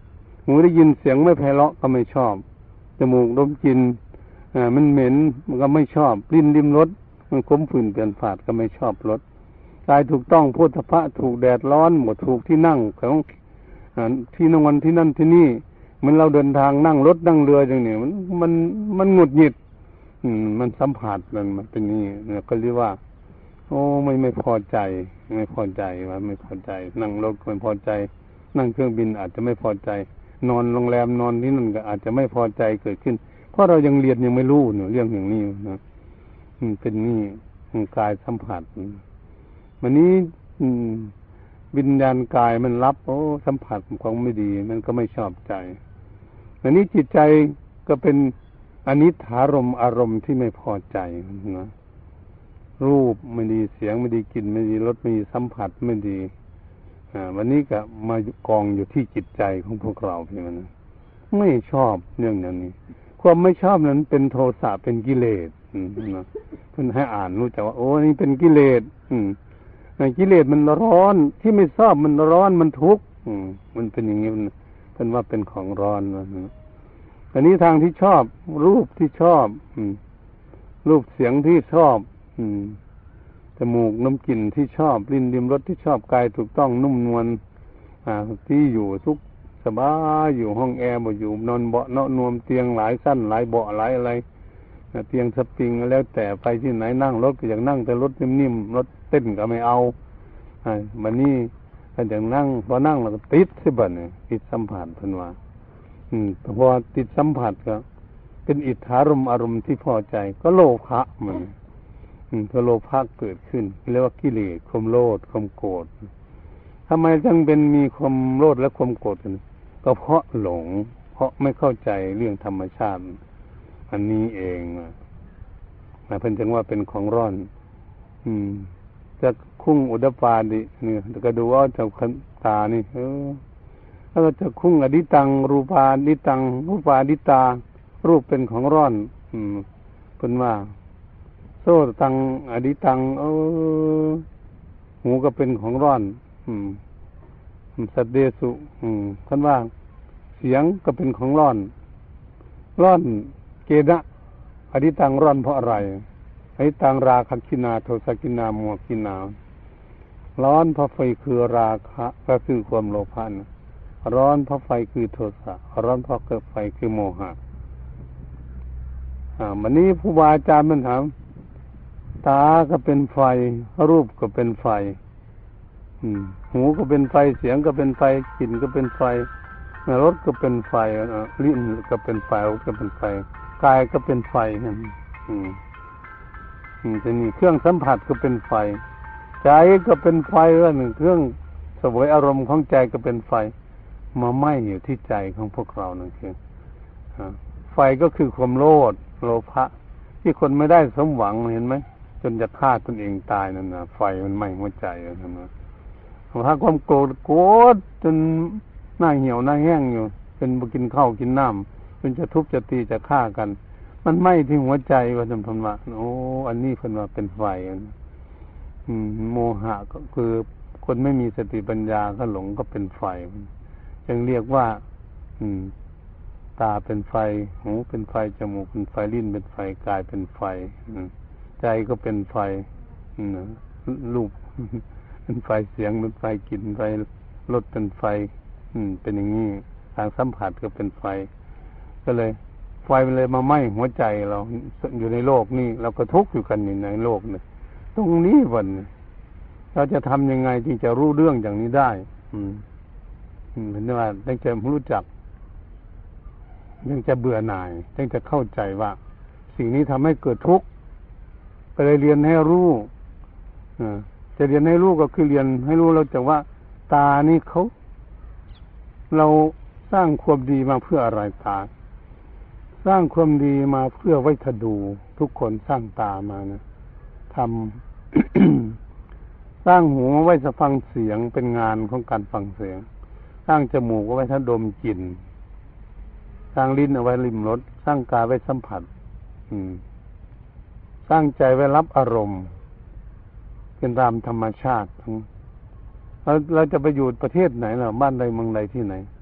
หูได้ยินเสียงไม่ไพเราะก็ไม่ชอบจมูกดมกลิ่นอ่ามันเหม็นมันก็ไม่ชอบลิ้นลิ้มรสมันขมขื่นเปลี่ยนฝาดก็ไม่ชอบรสกายถูกต้องโพธิภะถูกแดดร้อนหมดถูกที่นั่งของที่นอนที่นั่นที่นี่เหมือนเราเดินทางนั่งรถนั่งเรืออย่างนี้มันมันมันหงุดหงิดอืมมันสัมผัสมันมันเป็นนี่เนี่ยก็เรียกว่าโอ้ไม่ไม่พอใจไม่พอใจว่าไม่พอใจนั่งรถไม่พอใจนั่งเครื่องบินอาจจะไม่พอใจนอนโรงแรมนอนที่นั่นก็อาจจะไม่พอใจเกิดขึ้นเพราะเรายังเรียนยังไม่รู้เนี่ยเรื่องอย่างนี้นะอืมเป็นนี่กายสัมผัสวันนี้อืมวิญญาณกายมันรับโอ้สัมผัสของไม่ดีมันก็ไม่ชอบใจวันนี้จิตใจก็เป็นอนิจฐารมณ์อารมณ์ที่ไม่พอใจนะรูปไม่ดีเสียงไม่ดีกลิ่นไม่ดีรสไม่ดีสัมผัสไม่ดีอ่าวันนี้ก็มากองอยู่ที่จิตใจของพวกเราพี่มันไม่ชอบเรื่องอย่างนี้ความไม่ชอบนั้นเป็นโทสะเป็นกิเลสนะเพิ่นให้อ่านรู้จักว่าโอ้นี่เป็นกิเลสอืมกิเลสมันร้อนที่ไม่ชอบมันร้อนมันทุกข์อืมมันเป็นอย่างนี้มันเป็นว่าเป็นของร้อนนะอันนี้ทางที่ชอบรูปที่ชอบอืมรูปเสียงที่ชอบอืมจมูกน้ำกลิ่นที่ชอบลิ้นลิ้มรสที่ชอบกายถูกต้องนุ่มนวลอ่าที่อยู่ทุกสบายอยู่ห้องแอร์บ่อยู่นอนเบาะเนาะนวมเตียงหลายสั้นหลายเบาะหลายอะไรเตียงสปริงแล้วแต่ไปที่ไหนนั่งรถก็อยากนั่งแต่รถนิ่มๆรถเต้นก็ไม่เอาอ่าบัดนี้ถ้าอยากนั่งพอนั่งแล้วก็ติดสิบัดนี่ติดสัมผัสเพิ่นว่าอืมพอติดสัมผัสก็เป็นอิทธารมอารมณ์ที่พอใจก็โลภะมันอืมพอโลภะเกิดขึ้นเรียกว่ากิเลสความโลภความโกรธทำไมจึงเป็นมีความโลภและความโกรธกันก็เพราะหลงเพราะไม่เข้าใจเรื่องธรรมชาติอันนี้เองนะเพิ่นจึงว่าเป็นของร้อน อืมจะคุ้งอุดปาดินี่ก็ดูว่าเจ้าตานี่เออแล้วก็จะคุ้งอดิตังรูปาดิตังรูปาดิตารูปเป็นของร้อนอืมเพิ่นว่าโซตังอดิตังเออหูก็เป็นของร้อนอืมสัตเดสุอืมท่านว่าเสียงก็เป็นของร้อนร้อนเกณะอดิตังร้อนเพราะอะไรอดิตังราคะกินาโทสะกินาโมหกินาร้อนเพราะไฟคือราคะก็คือความโลภะนะร้อนเพราะไฟคือโทสะร้อนเพราะเกิดไฟคือโมหะอ่าวันนี้ครูบาอาจารย์มันถามตาก็เป็นไฟรูปก็เป็นไฟอืมหูก็เป็นไฟเสียงก็เป็นไฟกลิ่นก็เป็นไฟรสก็เป็นไฟลิ้นก็เป็นไฟรสก็เป็นไฟกายก็เป็นไฟนั่นอืมอืมทีนี้เครื่องสัมผัสก็เป็นไฟใจก็เป็นไฟว่าหนึ่งเครื่องเสวยอารมณ์ของใจก็เป็นไฟมาไหม้อยู่ที่ใจของพวกเรานั่นคือไฟก็คือความโลภโลภะที่คนไม่ได้สมหวังเห็นไหมจนจะฆ่าตนเองตายนั่นนะไฟมันไหม้หัวใจนั่นนะถ้าความโกรธโกรธจนหน้าเหี่ยวหน้าแห้งอยู่เป็นบ่กินข้าวกินน้ำจนจะทุบจะตีจะฆ่ากันมันไหม้ที่หัวใจว่าจำพันว่าโอ้อันนี้เพิ่นว่าเป็นไฟอืมโมหะก็คือคนไม่มีสติปัญญาก็หลงก็เป็นไฟจึงเรียกว่า อืมตาเป็นไฟหูเป็นไฟจมูกเป็นไฟลิ้นเป็นไฟกายเป็นไฟใจก็เป็นไฟรูปเป็นไฟเสียงเป็นไฟกลิ่นไฟรสเป็นไฟอืมเป็นอย่างนี้ทางสัมผัสก็เป็นไฟก็เลยไฟมันเลยมาไหม้หัวใจเราอยู่ในโลกนี่เราก็ทุกข์อยู่กันอยู่ในโลกนี่ตรงนี้วันเราจะทำยังไงที่จะรู้เรื่องอย่างนี้ได้อืมเห็นว่าตั้งใจรู้จักยังจะเบื่อหน่ายยังจะเข้าใจว่าสิ่งนี้ทำให้เกิดทุกข์ก็เลยเรียนให้รู้จะเรียนให้รู้ก็คือเรียนให้รู้เราจะว่าตานี่เขาเราสร้างความดีมาเพื่ออะไรตาสร้างความดีมาเพื่อไว้ทดูทุกคนสร้างตามานะทำ สร้างหูไว้จะฟังเสียงเป็นงานของการฟังเสียงสร้างจมูกไว้ถ้าดมกลิ่นสร้างลิ้นเอาไว้ลิ้มรสสร้างกายไว้สัมผัสอืมสร้างใจไว้รับอารมณ์เป็นตามธรรมชาติทั้งเราเราจะไปอยู่ประเทศไหนล่ะบ้านใดเมืองใดที่ไหน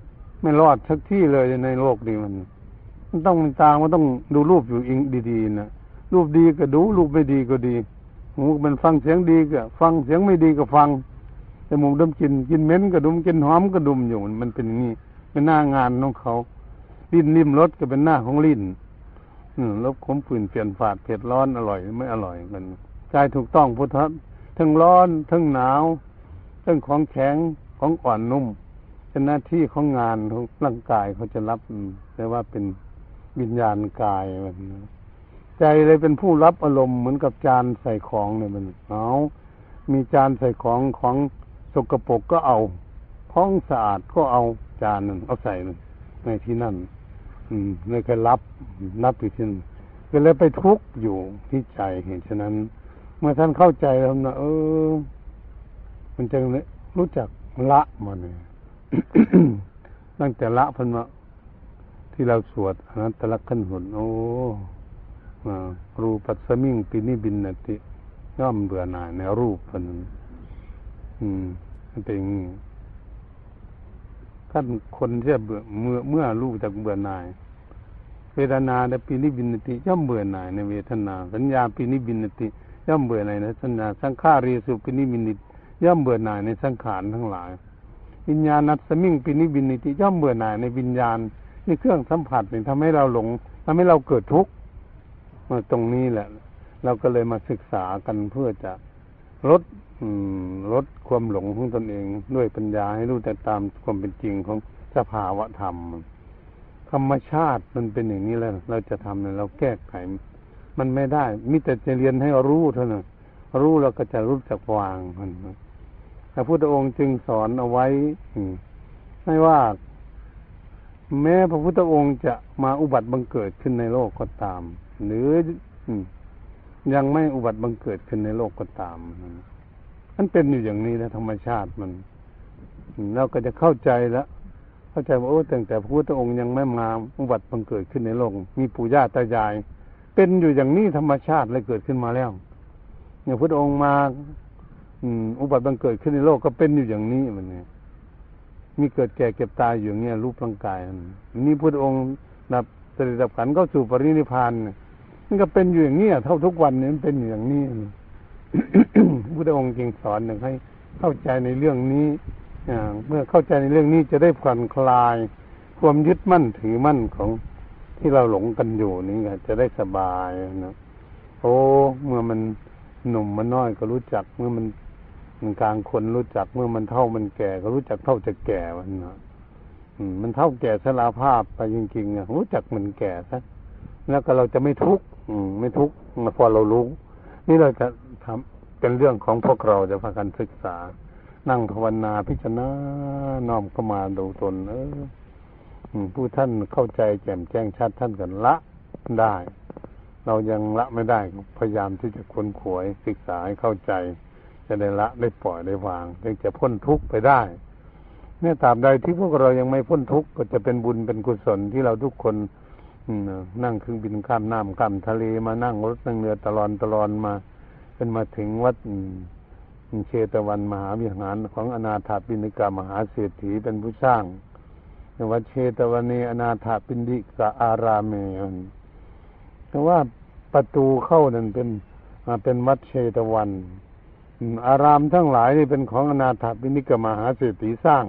ไม่รอดสักที่เลยในโลกนี้มันมันต้องมีตามันต้องดูรูปอยู่อิงดีๆนะรูปดีก็ดูรูปไม่ดีก็ดีหูมันฟังเสียงดีก็ฟังเสียงไม่ดีก็ฟังจมูกดมกลิ่นกินเหม็นก็ดมกินหอมก็ดมอยู่มันเป็นอย่างนี้เป็นหน้างานของเขาลิ้นลิ้มรสก็เป็นหน้าของลิ้นอืมรสขมขื่นเปลี่ยนฝาดเผ็ดร้อนอร่อยไม่อร่อยกันกายถูกต้องพุทธะทั้งร้อนทั้งหนาวทั้งของแข็งของอ่อนนุ่มเป็นหน้าที่ของงานของร่างกายเขาจะรับแต่ว่าเป็นวิญญาณกายมันใจเลยเป็นผู้รับอารมณ์เหมือนกับจานใส่ของเนี่ยมันเอามีจานใส่ของของสกปรกก็เอาของสะอาดก็เอาจานนึงเอาใส่นึงในที่นั่นอืมเลยก็รับรับอยู่ที่นั่นก็เลยไปทุกข์อยู่ที่ใจเห็นฉะนั้นเมื่อท่านเข้าใจแล้วนะเออมันจะรู้จักละมันเนี่ย ตั้งแต่ละพันมาที่เราสวดอนัตตลักขันหนโอ้รูปัสสมิงปินิบินนติย่อมเบื่อหน่ายในรูปพันนั้นอืมเป็นอย่างนี้ท่านคนที่เบื่อเมื่อเมื่อรู้จักเบื่อหน่ายเวทนาและปินิบินนติย่อมเบื่อหน่ายในเวทนาสัญญาปินิบินนติย่อมเบื่อหน่ายในสัญญาสังขารเรสุปินิบินนติย่อมเบื่อหน่ายในสังขารทั้งหลายวิญญาณัสสมิงปินิบินนติย่อมเบื่อหน่ายในวิญญาณนี่เครื่องสัมผัสนี่ทำให้เราหลงทำให้เราเกิดทุกข์ตรงนี้แหละเราก็เลยมาศึกษากันเพื่อจะลดลดความหลงของตนเองด้วยปัญญาให้รู้แต่ตามความเป็นจริงของสภาวะธรรมธรรมชาติมันเป็นอย่างนี้แล้วเราจะทำเนี่ยเราแก้ไขมันไม่ได้มิแต่จะเรียนให้รู้เท่านั้นรู้เราก็จะรู้จักวางมันพระพุทธองค์จึงสอนเอาไว้ให้ว่าแม้พระพุทธองค์จะมาอุบัติบังเกิดขึ้นในโลกก็ตามหรือยังไม่อุบัติบังเกิดขึ้นในโลกก็ตามมันเป็นอยู่อย่างนี้นะธรรมชาติมันเราก็จะเข้าใจแล้วเข้าใจว่าโอ้ตั้งแต่พระพุทธองค์ยังไม่มาอุบัติบังเกิดขึ้นในโลกมีปู่ย่าตายายเป็นอยู่อย่างนี้ธรรมชาติเลยเกิดขึ้นมาแล้วเนี่ยพระพุทธองค์มาอุบัติบังเกิดขึ้นในโลกก็เป็นอยู่อย่างนี้มันเนี่ยมีเกิดแก่เก็บตายอยู่อย่างเงี้ยรูปร่างกายนี่พุทธองค์นับเสด็จดับขันเข้าสู่ปรินิพพานเนี่ยมันก็เป็นอยู่อย่างนี้เท่าทุกวันนี้มันเป็นอย่างนี้ พุทธองค์จึงสอนให้เข้าใจในเรื่องนี้เมื่อเข้าใจในเรื่องนี้จะได้ผ่อนคลายความยึดมั่นถือมั่นของที่เราหลงกันอยู่นี่จะได้สบายนะโอ้เมื่อมันหนุ่มมันน้อยก็รู้จักเมื่อมันมันกลางคนรู้จักเมื่อมันเท่ามันแก่ก็รู้จักเท่าจะแก่มันนะมันเท่าแก่ชราภาพไปจริงๆอ่ะรู้จักมันแก่ซะแล้วก็เราจะไม่ทุกข์ไม่ทุกข์พอเรารู้นี่เราจะทำเป็นเรื่องของพวกเราจะพากันศึกษานั่งภาวนาพิจารณาน้อมเข้ามาดูตนเออผู้ท่านเข้าใจแจ่มแจ้งชัดท่านกันละได้เรายังละไม่ได้พยายามที่จะค้นขวยศึกษาให้เข้าใจจะได้ละได้ปล่อยได้วางจึงจะพ้นทุกข์ไปได้เนี่ยตราบใดที่พวกเรายังไม่พ้นทุกข์ก็จะเป็นบุญเป็นกุศลที่เราทุกคนนั่งเครื่องบินข้ามน้ำข้ามทะเลมานั่งรถนั่งเรือตลอดตลอดมาจนมาถึงวัดเชตวันมหาวิหารของอนาถาปิณกามหาเศรษฐีเป็นผู้สร้างวัดเชตวันนี้อนาถาปิณกะอารามเมแต่ว่าประตูเข้านั่นเป็นเป็นวัดเชตวันอารามทั้งหลายนี่เป็นของอนาถาปิณกามหาเศรษฐีสร้าง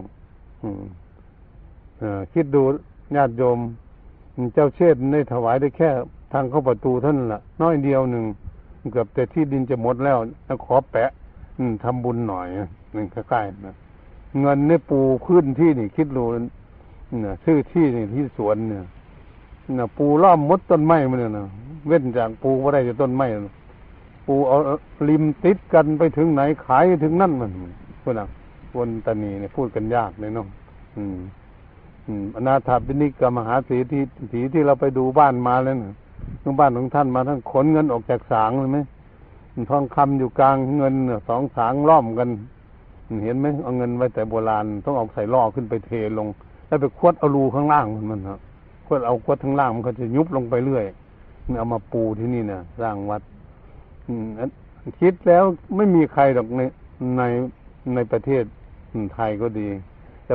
คิดดูญาติโยมเจ้าเชษฐ์ได้ถวายได้แค่ทางเข้าประตูท่านละน้อยเดียวหนึ่งเกือบแต่ที่ดินจะหมดแล้วขอแปะทำบุญหน่อยนี่ใกล้ๆนะเงินเนี่ยปูพื้นที่นี่คิดดูเนี่ยชื่อที่นี่ที่สวนเนี่ยนะปูล้อมมดต้นไม้มาเนี่ยนะเว้นจากปูว่าได้จะต้นไม้ปูเอาริมติดกันไปถึงไหนขายถึงนั่นมันพวกนั้นคนตานีเนี่ยพูดกันยากเลยเนาะอืมอืมอนาถาปิณกามหาเศรษฐีที่ที่เราไปดูบ้านมาแล้วเนี่ยบ้านของท่านมาท่านขนเงินออกจากศาลเลยไหมทองคำอยู่กลางเงินสองสางล้อมกันเห็นไหมเอาเงินไว้แต่โบราณต้องเอาใส่ล่อขึ้นไปเทลงแล้วไปควดเอารูข้างล่างมันมันครับควดเอาควดข้างล่างมันก็จะยุบลงไปเรื่อยเอามาปูที่นี่นะสร้างวัดคิดแล้วไม่มีใครหรอกในในในประเทศไทยก็ดีจะมา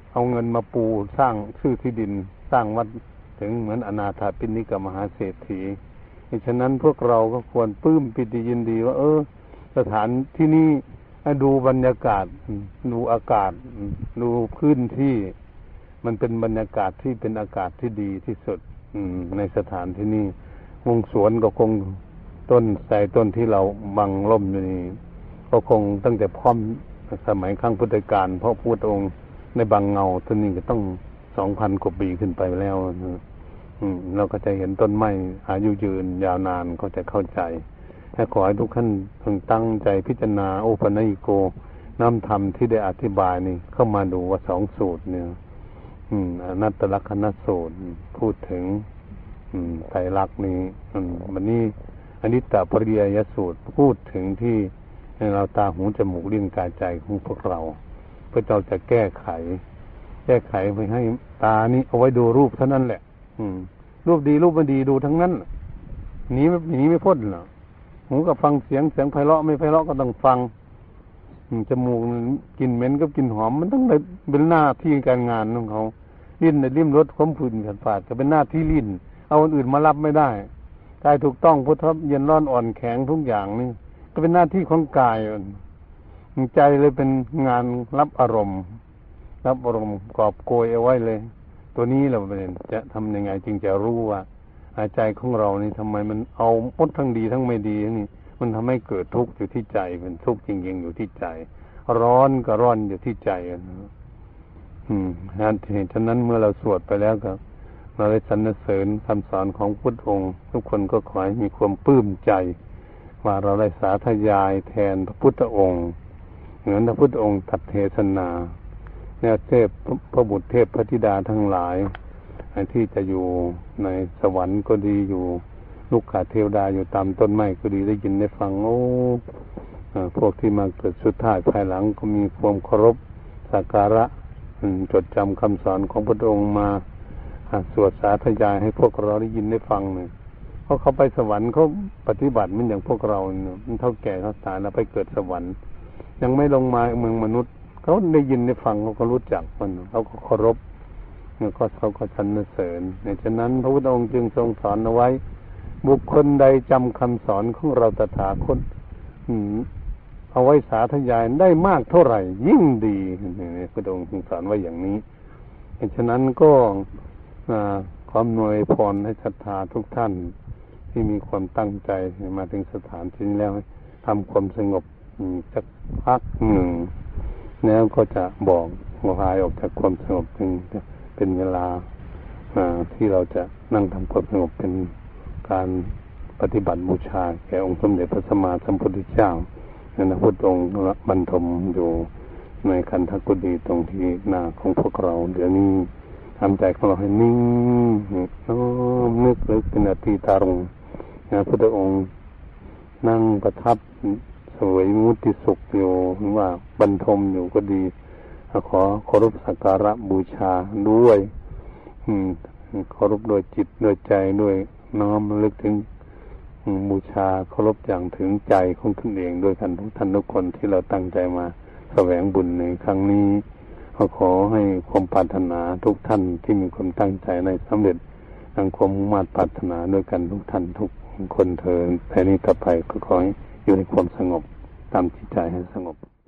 เอาเงินมาปูสร้างชื่อที่ดินสร้างวัดถึงเหมือนอนาถปิณกมหาเศรษฐีฉะนั้นพวกเราก็ควรปลื้มปิติยินดีว่าเออสถานที่นี้ดูบรรยากาศดูอากาศดูพื้นที่มันเป็นบรรยากาศที่เป็นอากาศที่ดีที่สุดในสถานที่นี้วงสวนก็คงต้นไทรต้นที่เราบังร่มอยู่นี่ก็คงตั้งแต่พร้อมสมัยครั้งพุทธกาลเพราะพุทธองค์ในบางเงาต้นนี้ก็ต้องสองพันกว่าปีขึ้นไปแล้วอืมเราก็จะเห็นต้นไม้อายุยืนยาวนานก็จะเข้าใจให้ขอให้ทุกท่านพึงตั้งใจพิจารณาโอปัญญิโกน้ำธรรมที่ได้อธิบายนี่เข้ามาดูว่าสองสูตรเนี่ยอืมอนัตตลักษณสูตรพูดถึงอืมไตรลักษณ์นี้อืมวันนี้อนิจจปริยยสูตรพูดถึงที่เราตาหูจมูกลิ้นกายใจของพวกเราเพื่อเราจะแก้ไขแก้ไขไปให้ตานี้เอาไว้ดูรูปเท่านั้นแหละอืมรูปดีรูปไม่ดีดูทั้งนั้นหนีหนีไม่พ้นหรอกหูก็ฟังเสียงเสียงไพเราะไม่ไพเราะก็ต้องฟังจมูกกลิ่นเหม็นกับกลิ่นหอมมันต้องเป็นหน้าที่การงานของเขาลิ้นในลิ้มรสความผื่นขันฝาดก็เป็นหน้าที่ลิ้นเอาคนอื่นมารับไม่ได้กายถูกต้องพุทธะเย็นร้อนอ่อนแข็งทุกอย่างนี่ก็เป็นหน้าที่ของกายใจเลยเป็นงานรับอารมณ์รับอารมณ์กอบโกยเอาไว้เลยตัวนี้เราเป็นจะทำยังไงจึงจะรู้ว่าใจของเรานี่ทำไมมันเอาหมดทั้งดีทั้งไม่ดีนี่มันทำให้เกิดทุกข์อยู่ที่ใจเป็นทุกข์จริงๆอยู่ที่ใจร้อนก็ร้อนอยู่ที่ใจอืมฉะนั้นเมื่อเราสวดไปแล้วก็เราได้สรรเสริญคำสอนของพุทธองค์ทุกคนก็ขอให้มีความปลื้มใจว่าเราได้สาธยายแทนพระพุทธองค์เหมือนพระพุทธองค์ตรัสเทศนาแนวเทพพระบุตรเทพพระธิดาทั้งหลายที่จะอยู่ในสวรรค์ก็ดีอยู่ลูกขาเทวดาอยู่ตามต้นไม้ก็ดีได้ยินได้ฟังโอ้พวกที่มาเกิดสุดท้ายภายหลังก็มีความเคารพสักการะจดจำคำสอนของพระองค์มาสวดสาธยายให้พวกเราได้ยินได้ฟังเนี่ยเพราะเขาไปสวรรค์เขาปฏิบัติมันอย่างพวกเราเนี่ยมันเท่าแก่เขาตายแล้วไปเกิดสวรรค์ยังไม่ลงมาเมืองมนุษย์เขาได้ยินได้ฟังเขาก็รู้จักมันเขาก็เคารพแล้วก็เขาก็สรรเสริญในฉะนั้นพระพุทธองค์จึงทรงสอนเอาไว้บุคคลใดจำคำสอนของเราตถาคตเอาไว้สาธยายได้มากเท่าไหร่ยิ่งดีพระองค์ทรงสอนไว้อย่างนี้ในฉะนั้นก็ความหน่วยพรให้ศรัทธาทุกท่านที่มีความตั้งใจมาถึงสถานที่นี้แล้วทำความสงบสักพักหนึ่งแล้วก็จะบอกว่าหายออกจากความสงบถึงเป็นเวลาที่เราจะนั่งทำความสงบเป็นการปฏิบัติบูชาแก่องค์สมเด็จพระสัมมาสัมพุทธเจ้านั่นนะพุทธองค์บรรทมอยู่ในคันธกุฎีตรงที่หน้าของพวกเราเดี๋ยวนี้ทำใจของเราให้นิ่งน้อมนึกลึกเป็นอธิตารงนะพุทธองค์นั่งประทับสวยมุติสุขอยู่หรือว่าบรรทมอยู่ก็ดีขอเคารพสักการะบูชาด้วยเคารพโดยจิตโดยใจด้วยน้อมระลึกถึงบูชาเคารพอย่างถึงใจของตนเองด้วยกันทุกท่านทุกคนที่เราตั้งใจมาแสวงบุญในครั้งนี้ขอให้ความปรารถนาทุกท่านที่มีความตั้งใจในสำเร็จดังความมุ่งมั่นปรารถนาด้วยกันทุกท่านทุกคนเถิดแต่นี้ต่อไปก็ขอให้อยู่ในความสงบตามจิตใจให้สงบ